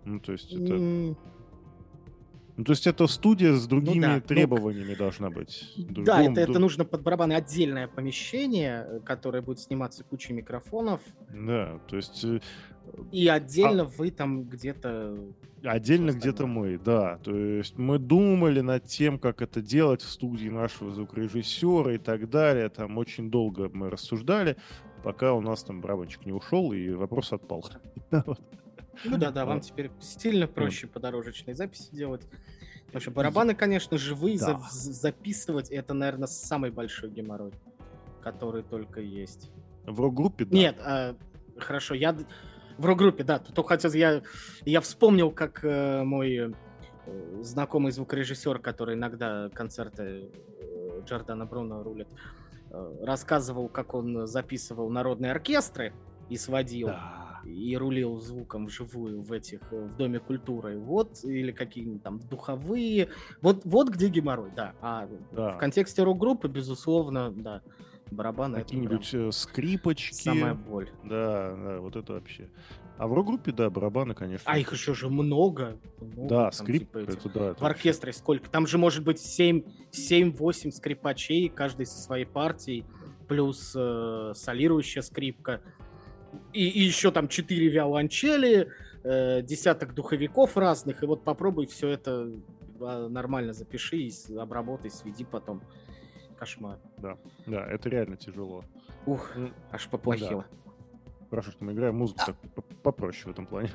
Ну, то есть это... Ну, то есть это студия с другими требованиями должна быть. Да, это нужно под барабаны отдельное помещение, которое будет сниматься кучей микрофонов. Да, то есть... И отдельно вы там где-то... Отдельно где-то мы, да. То есть мы думали над тем, как это делать в студии нашего звукорежиссера и так далее. Там очень долго мы рассуждали, пока у нас там барабанщик не ушел, и вопрос отпал. Ну да, вам теперь сильно проще подорожечной записи делать. Потому что барабаны, конечно, живые, записывать это, наверное, самый большой геморрой, который только есть. В рок-группе, да? Нет, хорошо, я... В рок-группе, да. Только хотел... Я вспомнил, как мой знакомый звукорежиссер, который иногда концерты Джордано Бруно рулит, рассказывал, как он записывал народные оркестры и сводил. Да. И рулил звуком вживую в Доме культуры. Вот, или какие-нибудь там духовые. Вот где геморрой, да. А в контексте рок-группы, безусловно, да, барабаны... Какие-нибудь скрипочки. Самая боль. Да, вот это вообще. А в рок-группе, да, барабаны, конечно. А их еще же много. Да, скрипка, это да. В оркестре сколько? Там же может быть 7-8 скрипачей, каждый со своей партией, плюс солирующая скрипка. И еще там 4 виолончели, десяток духовиков разных, и вот попробуй все это нормально запиши, и обработай, сведи потом. Кошмар. Да, это реально тяжело. Ух, аж поплохело. Да. Хорошо, что мы играем музыку так попроще в этом плане.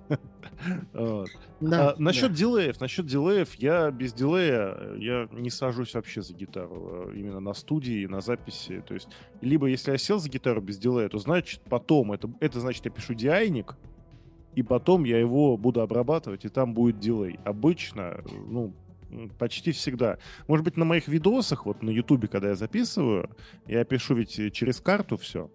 Насчет дилеев, я без дилея я не сажусь вообще за гитару, именно на студии, на записи. То есть, либо если я сел за гитару без дилея, то значит потом, это значит я пишу DI-ник, и потом я его буду обрабатывать, и там будет дилей. Обычно, почти всегда. Может быть, на моих видосах, вот на Ютубе, когда я записываю, я пишу ведь через карту все.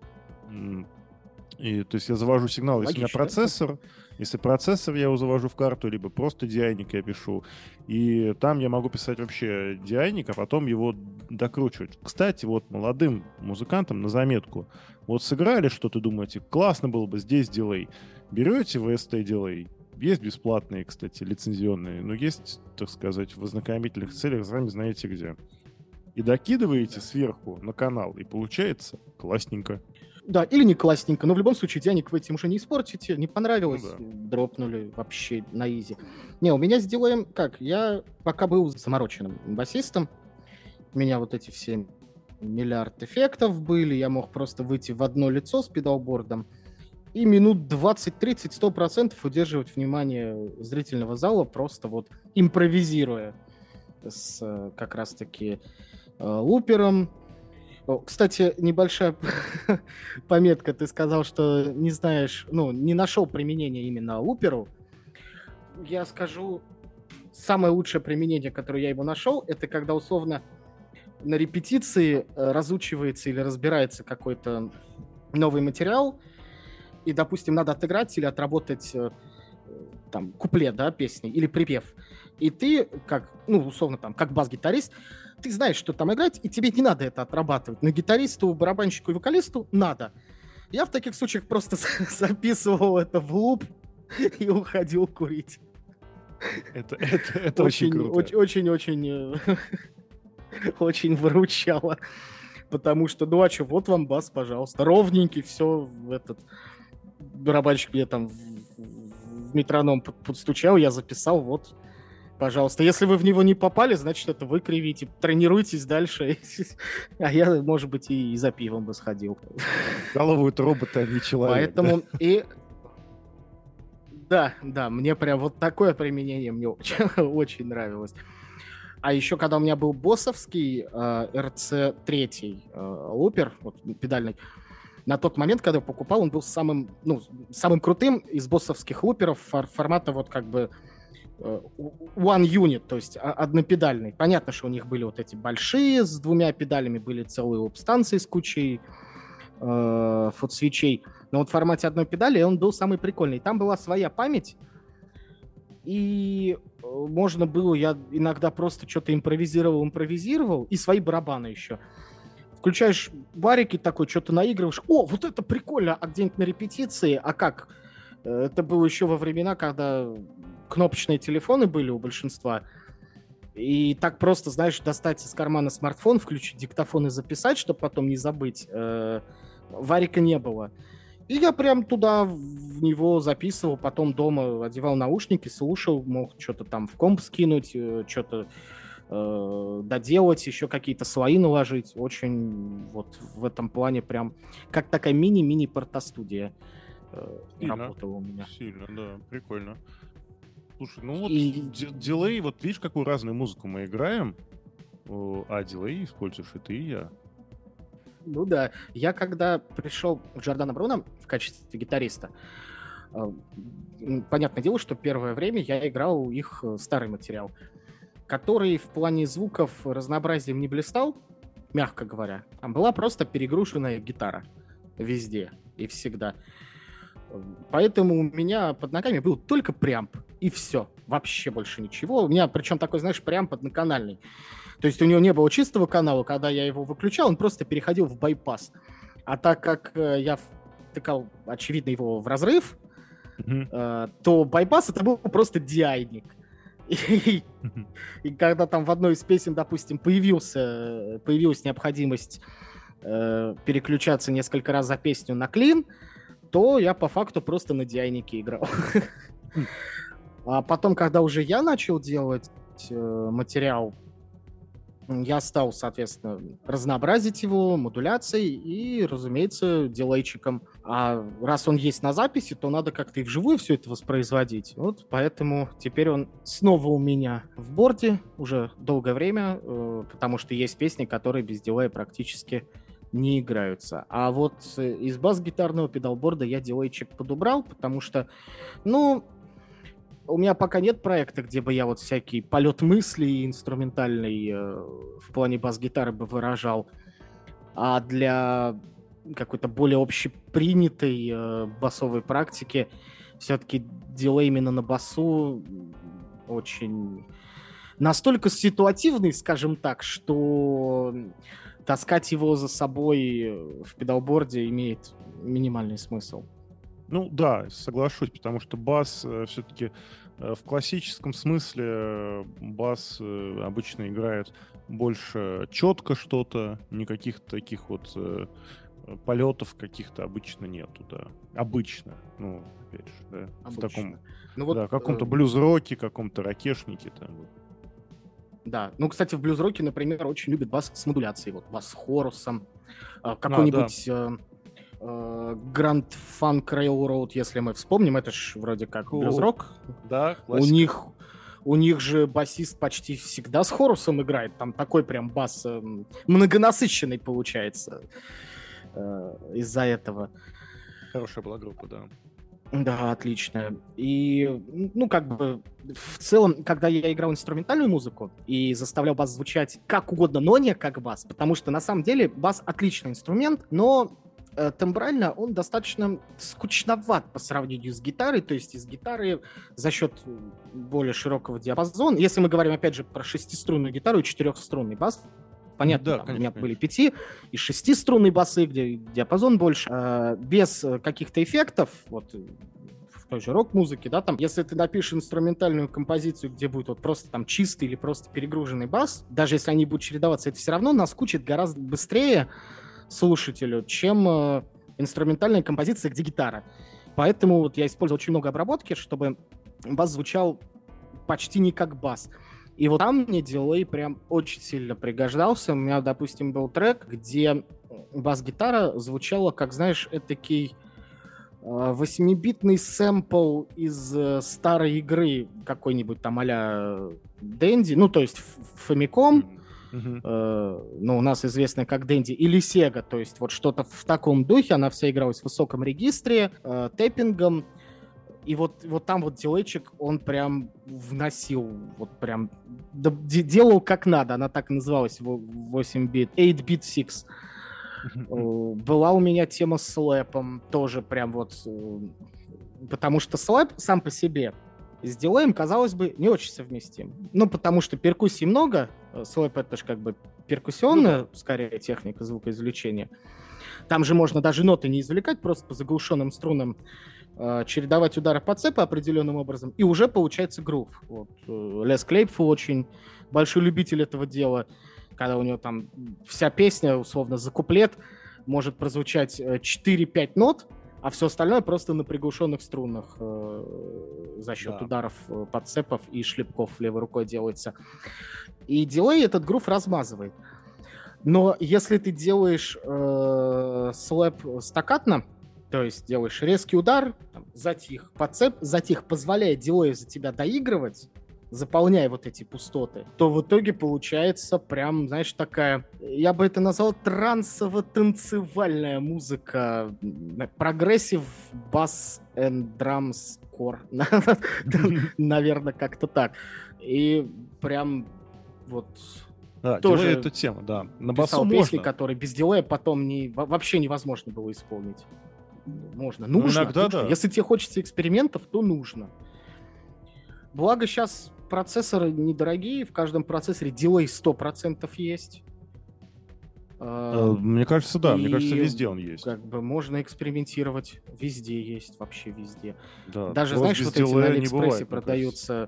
И, то есть я завожу сигнал, логично, если у меня процессор, если процессор я его завожу в карту, либо просто DI-ник я пишу. И там я могу писать вообще DI-ник, а потом его докручивать. Кстати, вот молодым музыкантам на заметку. Вот сыграли что-то, думаете, классно было бы здесь дилей. Берете VST дилей. Есть бесплатные, кстати, лицензионные, но есть, так сказать, в ознакомительных целях, сами знаете где. И докидываете сверху на канал, и получается классненько. Да, или не классненько, но в любом случае денег вы этим уже не испортите, не понравилось, дропнули вообще на изи. Не, у меня с дилеем как, я пока был замороченным басистом, у меня вот эти все миллиард эффектов были, я мог просто выйти в одно лицо с педалбордом и минут 20-30, 100% удерживать внимание зрительного зала, просто вот импровизируя с как раз-таки лупером. Кстати, небольшая пометка. Ты сказал, что не знаешь, не нашел применения именно луперу. Я скажу, самое лучшее применение, которое я его нашел, это когда условно на репетиции разучивается или разбирается какой-то новый материал, и, допустим, надо отыграть или отработать там куплет, да, песни, или припев. И ты, как, условно, там, как бас-гитарист, ты знаешь, что там играть, и тебе не надо это отрабатывать. Но гитаристу, барабанщику и вокалисту надо. Я в таких случаях просто записывал это в луп и уходил курить. Это очень круто. Очень выручало. Потому что, вот вам бас, пожалуйста. Ровненький, все барабанщик мне там в метроном подстучал, я записал, вот. Пожалуйста, если вы в него не попали, значит, это вы кривите. Тренируйтесь дальше. А я, может быть, и за пивом бы сходил. Голову робота, а не человек. Поэтому и... Да, мне прям вот такое применение мне очень нравилось. А еще, когда у меня был боссовский RC3 лупер, вот, педальный, на тот момент, когда я покупал, он был самым крутым из боссовских луперов формата вот как бы one unit, то есть однопедальный. Понятно, что у них были вот эти большие с двумя педалями, были целые луп-станции с кучей фут-свитчей. Но вот в формате одной педали он был самый прикольный. Там была своя память, и можно было, я иногда просто что-то импровизировал, и свои барабаны еще. Включаешь барики такой, что-то наигрываешь. О, вот это прикольно! А где-нибудь на репетиции, а как? Это было еще во времена, когда кнопочные телефоны были у большинства. И так просто, знаешь, достать из кармана смартфон, включить диктофон и записать, чтобы потом не забыть, варика не было. И я прям туда в него записывал, потом дома одевал наушники, слушал, мог что-то там в комп скинуть, что-то доделать, еще какие-то слои наложить. Очень вот в этом плане прям как такая мини-мини портостудия работала у меня. Сильно, да, прикольно. Слушай, ну вот дилей, вот видишь, какую разную музыку мы играем, а дилей используешь и ты, и я. Ну да, я когда пришел в Джордано Бруно в качестве гитариста, понятное дело, что первое время я играл их старый материал, который в плане звуков разнообразием не блистал, мягко говоря. Там была просто перегруженная гитара везде и всегда. Поэтому у меня под ногами был только преамп, и все. Вообще больше ничего. У меня, причем такой, знаешь, преамп одноканальный. То есть у него не было чистого канала, когда я его выключал, он просто переходил в байпас. А так как я втыкал, очевидно, его в разрыв, то байпас это был просто DI-ник. И когда там в одной из песен, допустим, появилась необходимость переключаться несколько раз за песню на клин, то я по факту просто на DI-нике играл. А потом, когда уже я начал делать материал, я стал, соответственно, разнообразить его модуляцией и, разумеется, дилейчиком. А раз он есть на записи, то надо как-то и вживую все это воспроизводить. Вот поэтому теперь он снова у меня в борде уже долгое время, потому что есть песни, которые без дилея практически не играются. А вот из бас-гитарного педалборда я дилейчик подубрал, потому что, у меня пока нет проекта, где бы я вот всякий полет мыслей инструментальный в плане бас-гитары бы выражал. А для какой-то более общепринятой басовой практики все-таки дилей именно на басу очень настолько ситуативный, скажем так, что таскать его за собой в педалборде имеет минимальный смысл. Ну да, соглашусь, потому что бас все-таки в классическом смысле бас обычно играет больше четко что-то, никаких таких вот полетов каких-то обычно нету, да. Обычно, опять же, да. Обычно. В таком, да, каком-то блюз-роке, каком-то ракешнике там. Да, кстати, в блюз-роке, например, очень любят бас с модуляцией, вот бас с хорусом, какой-нибудь... Да. Grand Funk Railroad, если мы вспомним, это ж вроде как блюз-рок. Да, классика. У них же басист почти всегда с хорусом играет. Там такой прям бас многонасыщенный получается из-за этого. Хорошая была группа, да. Да, отлично. И, в целом, когда я играл инструментальную музыку и заставлял бас звучать как угодно, но не как бас, потому что, на самом деле, бас отличный инструмент, но тембрально он достаточно скучноват по сравнению с гитарой, то есть из гитары за счет более широкого диапазона, если мы говорим, опять же, про шестиструнную гитару и четырехструнный бас, понятно, да, конечно, у меня были 5 и 6-струнные басы, где диапазон больше, без каких-то эффектов, вот в той же рок-музыке, да, там, если ты напишешь инструментальную композицию, где будет вот просто там чистый или просто перегруженный бас, даже если они будут чередоваться, это все равно наскучит гораздо быстрее слушателю, чем инструментальная композиция, где гитара. Поэтому вот я использовал очень много обработки, чтобы бас звучал почти не как бас. И вот там мне дилей прям очень сильно пригождался. У меня, допустим, был трек, где бас-гитара звучала, как, знаешь, этакий 8-битный сэмпл из старой игры какой-нибудь там а-ля Dendy, то есть Famicom, у нас известная как Dendy, или Sega, то есть вот что-то в таком духе, она вся игралась в высоком регистре, тэппингом, и вот там вот дилейчик, он прям вносил, вот прям делал как надо, она так и называлась, 8-бит, 8-bit 6. Была у меня тема с слэпом, тоже прям вот, потому что слэп сам по себе с дилеем, казалось бы, не очень совместим. Потому что перкуссий много, слэп это же как бы перкуссионная, скорее, техника звукоизвлечения. Там же можно даже ноты не извлекать, просто по заглушенным струнам чередовать удары по цепу определенным образом, и уже получается грув. Вот. Les Claypool очень большой любитель этого дела, когда у него там вся песня, условно, за куплет может прозвучать 4-5 нот, а все остальное просто на приглушенных струнах за счет ударов подцепов и шлепков левой рукой делается. И дилей этот грув размазывает. Но если ты делаешь слэп стаккатно, то есть делаешь резкий удар, там, затих, подцеп, затих, позволяя дилею за тебя доигрывать, заполняя вот эти пустоты, то в итоге получается прям, знаешь, такая, я бы это назвал трансово-танцевальная музыка, прогрессив бас and drums core, наверное, как-то так. И прям вот... Да, тоже дилей — это тема, да. На басу песни, которые без дилея потом вообще невозможно было исполнить. Можно, нужно. Иногда, нужно. Да. Если тебе хочется экспериментов, то нужно. Благо сейчас процессоры недорогие, в каждом процессоре дилей 100% есть. Мне кажется, да. Мне кажется, везде он есть. Как бы можно экспериментировать. Везде есть, вообще везде. Да, даже, знаешь, вот эти на Алиэкспрессе продаются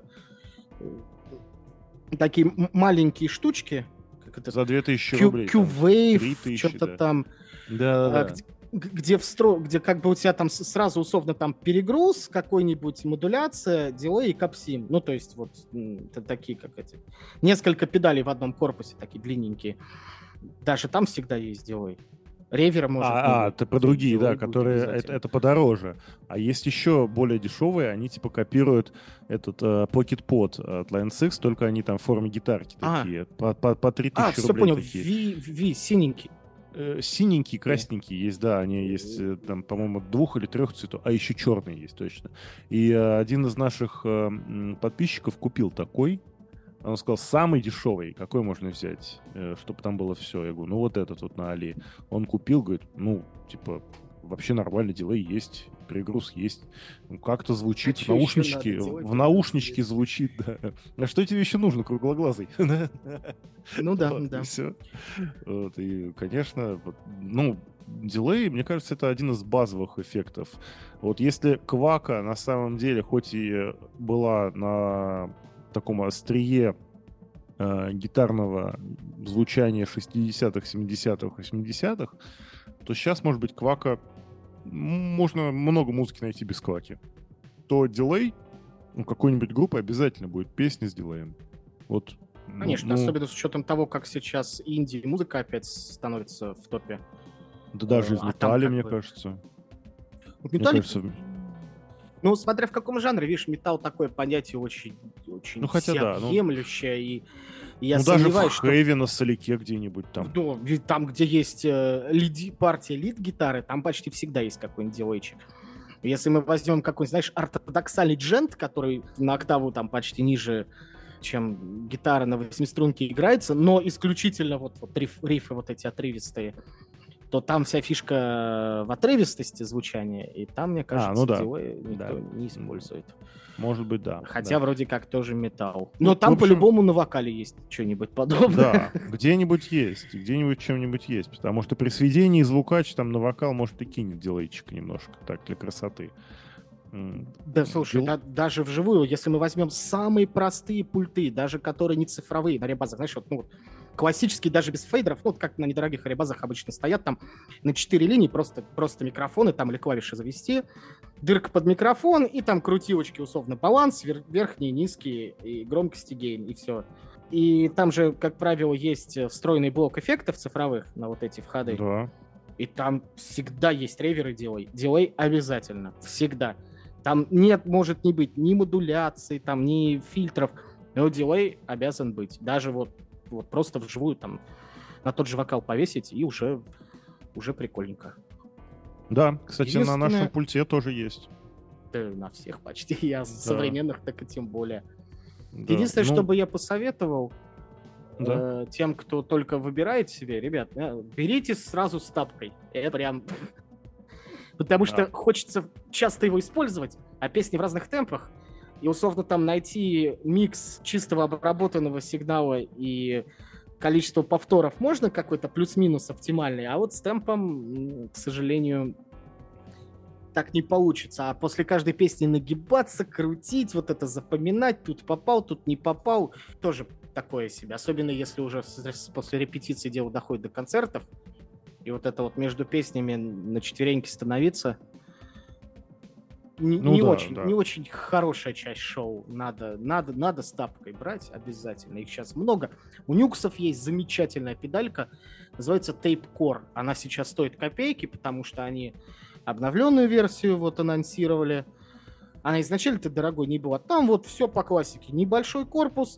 такие маленькие штучки. Как это? За 2000 рублей. Q-Wave, что-то там. Да. Где как бы у тебя там сразу условно там перегруз, какой-нибудь модуляция, дилей и капсим. Ну, то есть вот такие, как эти. Несколько педалей в одном корпусе, такие длинненькие. Даже там всегда есть дилей. Ревера может... ты про другие, да, которые это подороже. А есть еще более дешевые, они типа копируют этот Pocket Pod от Line 6, только они там в форме гитарки такие. По 3000 все рублей понял, такие. синенький. Синенькие, красненькие есть, да, они есть, там, по-моему, 2 или 3 цветов, а еще черные есть точно. И один из наших подписчиков купил такой, он сказал, самый дешевый, какой можно взять, чтобы там было все. Я говорю, ну вот этот вот на Али. Он купил, говорит, ну, типа, вообще нормальный дилей есть, перегруз есть. Ну, как-то звучит, в наушничке звучит, да. А что тебе еще нужно, круглоглазый? Ну да, да. Все. И, конечно, ну, дилей, мне кажется, это один из базовых эффектов. Вот если Квака на самом деле, хоть и была на таком острие гитарного звучания 60-х, 70-х, 80-х, то сейчас, может быть, Квака... Можно много музыки найти без Кваки. То дилей у какой-нибудь группы обязательно будет песня с дилеем. Вот. Конечно, особенно с учетом того, как сейчас инди-музыка опять становится в топе. Да даже в металле, мне кажется. В металле... Ну, смотря в каком жанре, видишь, металл такое понятие очень всеобъемлющее, и я сомневаюсь, что... даже в хэви на солике где-нибудь там. Ну, там, где есть партия лид-гитары, там почти всегда есть какой-нибудь дилейчик. Если мы возьмем какой-нибудь, знаешь, ортодоксальный джент, который на октаву там почти ниже, чем гитара на 8-струнке играется, но исключительно вот рифы вот эти отрывистые, то там вся фишка в отрывистости звучания, и там, мне кажется, дилей никто не использует. Может быть, да. Хотя вроде как тоже металл. Но там по-любому на вокале есть что-нибудь подобное. Да, где-нибудь есть, где-нибудь чем-нибудь есть, потому что при сведении звукач там на вокал, может, и кинет дилейчик немножко, так, для красоты. Да, слушай, даже вживую, если мы возьмем самые простые пульты, даже которые не цифровые, на ребазах, знаешь, вот, классические, даже без фейдеров, ну, вот как на недорогих ребазах обычно стоят, там на 4 линии просто микрофоны, там или клавиши завести, дырка под микрофон, и там крутилочки, условно, баланс, верхние, низкие, и громкости, гейн, и все. И там же, как правило, есть встроенный блок эффектов цифровых на вот эти входы. Да. И там всегда есть ревер и дилей. Дилей обязательно, всегда. Там может не быть ни модуляции, там, ни фильтров, но дилей обязан быть. Даже вот просто вживую там на тот же вокал повесить, и уже прикольненько. Да, кстати, на нашем пульте тоже есть. Да, на всех почти. Я современных так и тем более. Да. Единственное, что бы я посоветовал тем, кто только выбирает себе, ребят, берите сразу с тапкой. Это прям... Потому что хочется часто его использовать, а песни в разных темпах. И условно там найти микс чистого обработанного сигнала и количество повторов можно какой-то плюс-минус оптимальный, а вот с темпом, к сожалению, так не получится. А после каждой песни нагибаться, крутить, вот это запоминать, тут попал, тут не попал, тоже такое себе. Особенно если уже после репетиции дело доходит до концертов, и вот это вот между песнями на четвереньки становиться не очень хорошая часть шоу. Надо с тапкой брать обязательно. Их сейчас много. У Нюксов есть замечательная педалька, называется Tape Core. Она сейчас стоит копейки, потому что они обновленную версию вот анонсировали. Она изначально-то дорогой не была. Там вот все по классике. Небольшой корпус,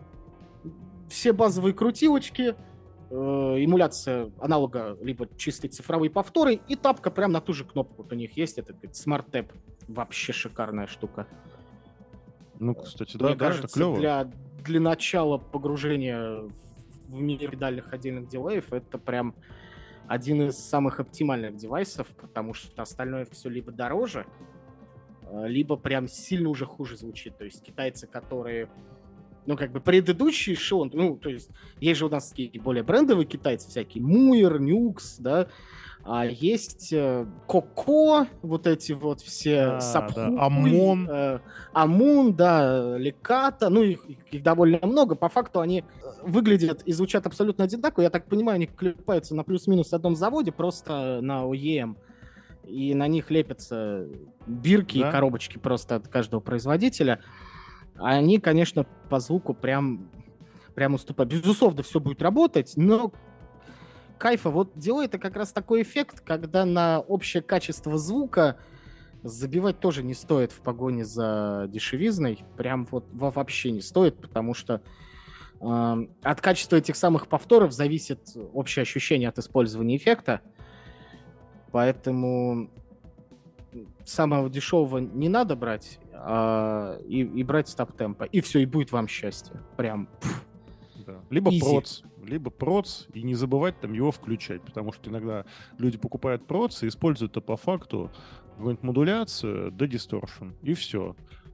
все базовые крутилочки, эмуляция аналога, либо чистые цифровые повторы, и тапка прям на ту же кнопку. Вот у них есть этот Smart Tap. Вообще шикарная штука. Ну, кстати, Мне кажется, это клево. Для начала погружения в мир педальных отдельных дилеев это прям один из самых оптимальных девайсов, потому что остальное все либо дороже, либо прям сильно уже хуже звучит. То есть китайцы, которые... Ну, как бы предыдущий эшелон, ну, то есть есть же у нас такие более брендовые китайцы, всякие Муир, Нюкс, да, а есть Коко, вот эти вот все Сапхуй, да. Амун, да, Леката, ну, их довольно много, по факту они выглядят и звучат абсолютно одинаково, я так понимаю, они клепаются на плюс-минус одном заводе, просто на OEM, и на них лепятся бирки и коробочки просто от каждого производителя. Они, конечно, по звуку прям уступают. Безусловно, все будет работать, но кайфа. Вот делает это как раз такой эффект, когда на общее качество звука забивать тоже не стоит в погоне за дешевизной. Прям вот вообще не стоит, потому что от качества этих самых повторов зависит общее ощущение от использования эффекта. Поэтому самого дешевого не надо брать, и брать стоп-темпа. И все, и будет вам счастье. Прям. Да. Либо проц, и не забывать там его включать, потому что иногда люди покупают проц и используют это по факту какую-нибудь модуляцию, да дисторшн, и все.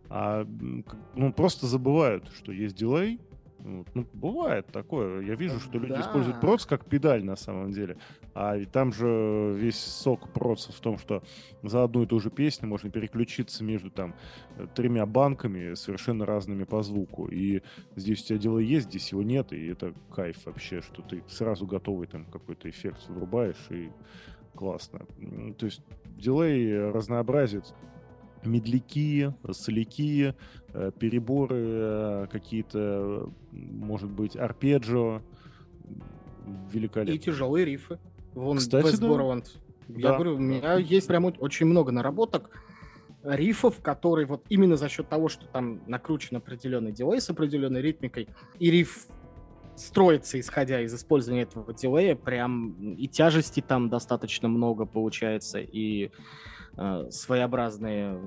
Просто забывают, что есть дилей. Ну, бывает такое. Я вижу, что люди используют проц как педаль на самом деле. А там же весь сок проца в том, что за одну и ту же песню можно переключиться между там 3 банками, совершенно разными по звуку. И здесь у тебя дилей есть, здесь его нет, и это кайф вообще, что ты сразу готовый там какой-то эффект врубаешь, и классно. То есть дилей разнообразит медляки, соляки, переборы какие-то, может быть, арпеджио. Великолепно. И тяжелые рифы. Вон, кстати, да. Я говорю, у меня есть прям очень много наработок рифов, которые вот именно за счет того, что там накручен определенный дилей с определенной ритмикой, и риф строится, исходя из использования этого дилея, прям и тяжести там достаточно много получается, и своеобразные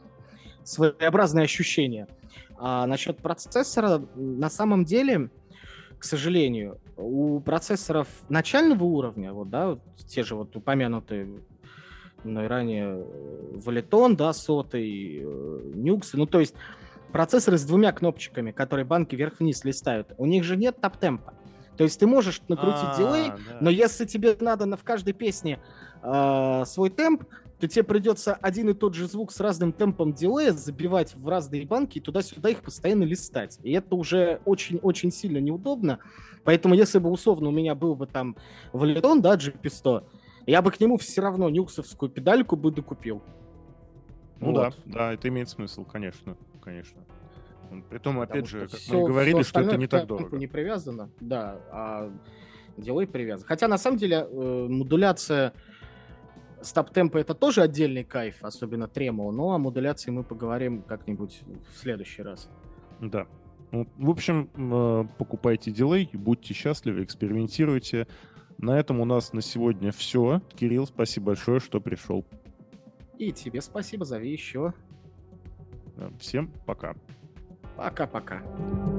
ощущения. А насчет процессора, на самом деле, к сожалению, у процессоров начального уровня, вот, да, вот те же вот упомянутые мной ранее Валитон, да, сотый, Нюксы, ну, то есть процессоры с 2 кнопочками, которые банки вверх-вниз листают, у них же нет топ-темпа. То есть ты можешь накрутить дилей, но если тебе надо в каждой песне свой темп, то тебе придется один и тот же звук с разным темпом дилея забивать в разные банки и туда-сюда их постоянно листать. И это уже очень-очень сильно неудобно. Поэтому если бы условно у меня был бы там Валитон, да, GP100, я бы к нему все равно нюксовскую педальку бы докупил. Ну вот. Да, это имеет смысл, конечно. Притом, опять же, как мы говорили, что это не так дорого. Не привязано, да, а дилей привязан. Хотя, на самом деле, модуляция стоп-темпа — это тоже отдельный кайф, особенно тремоло, но о модуляции мы поговорим как-нибудь в следующий раз. Да. В общем, покупайте дилей, будьте счастливы, экспериментируйте. На этом у нас на сегодня все. Кирилл, спасибо большое, что пришел. И тебе спасибо, зови еще. Всем пока. Пока-пока.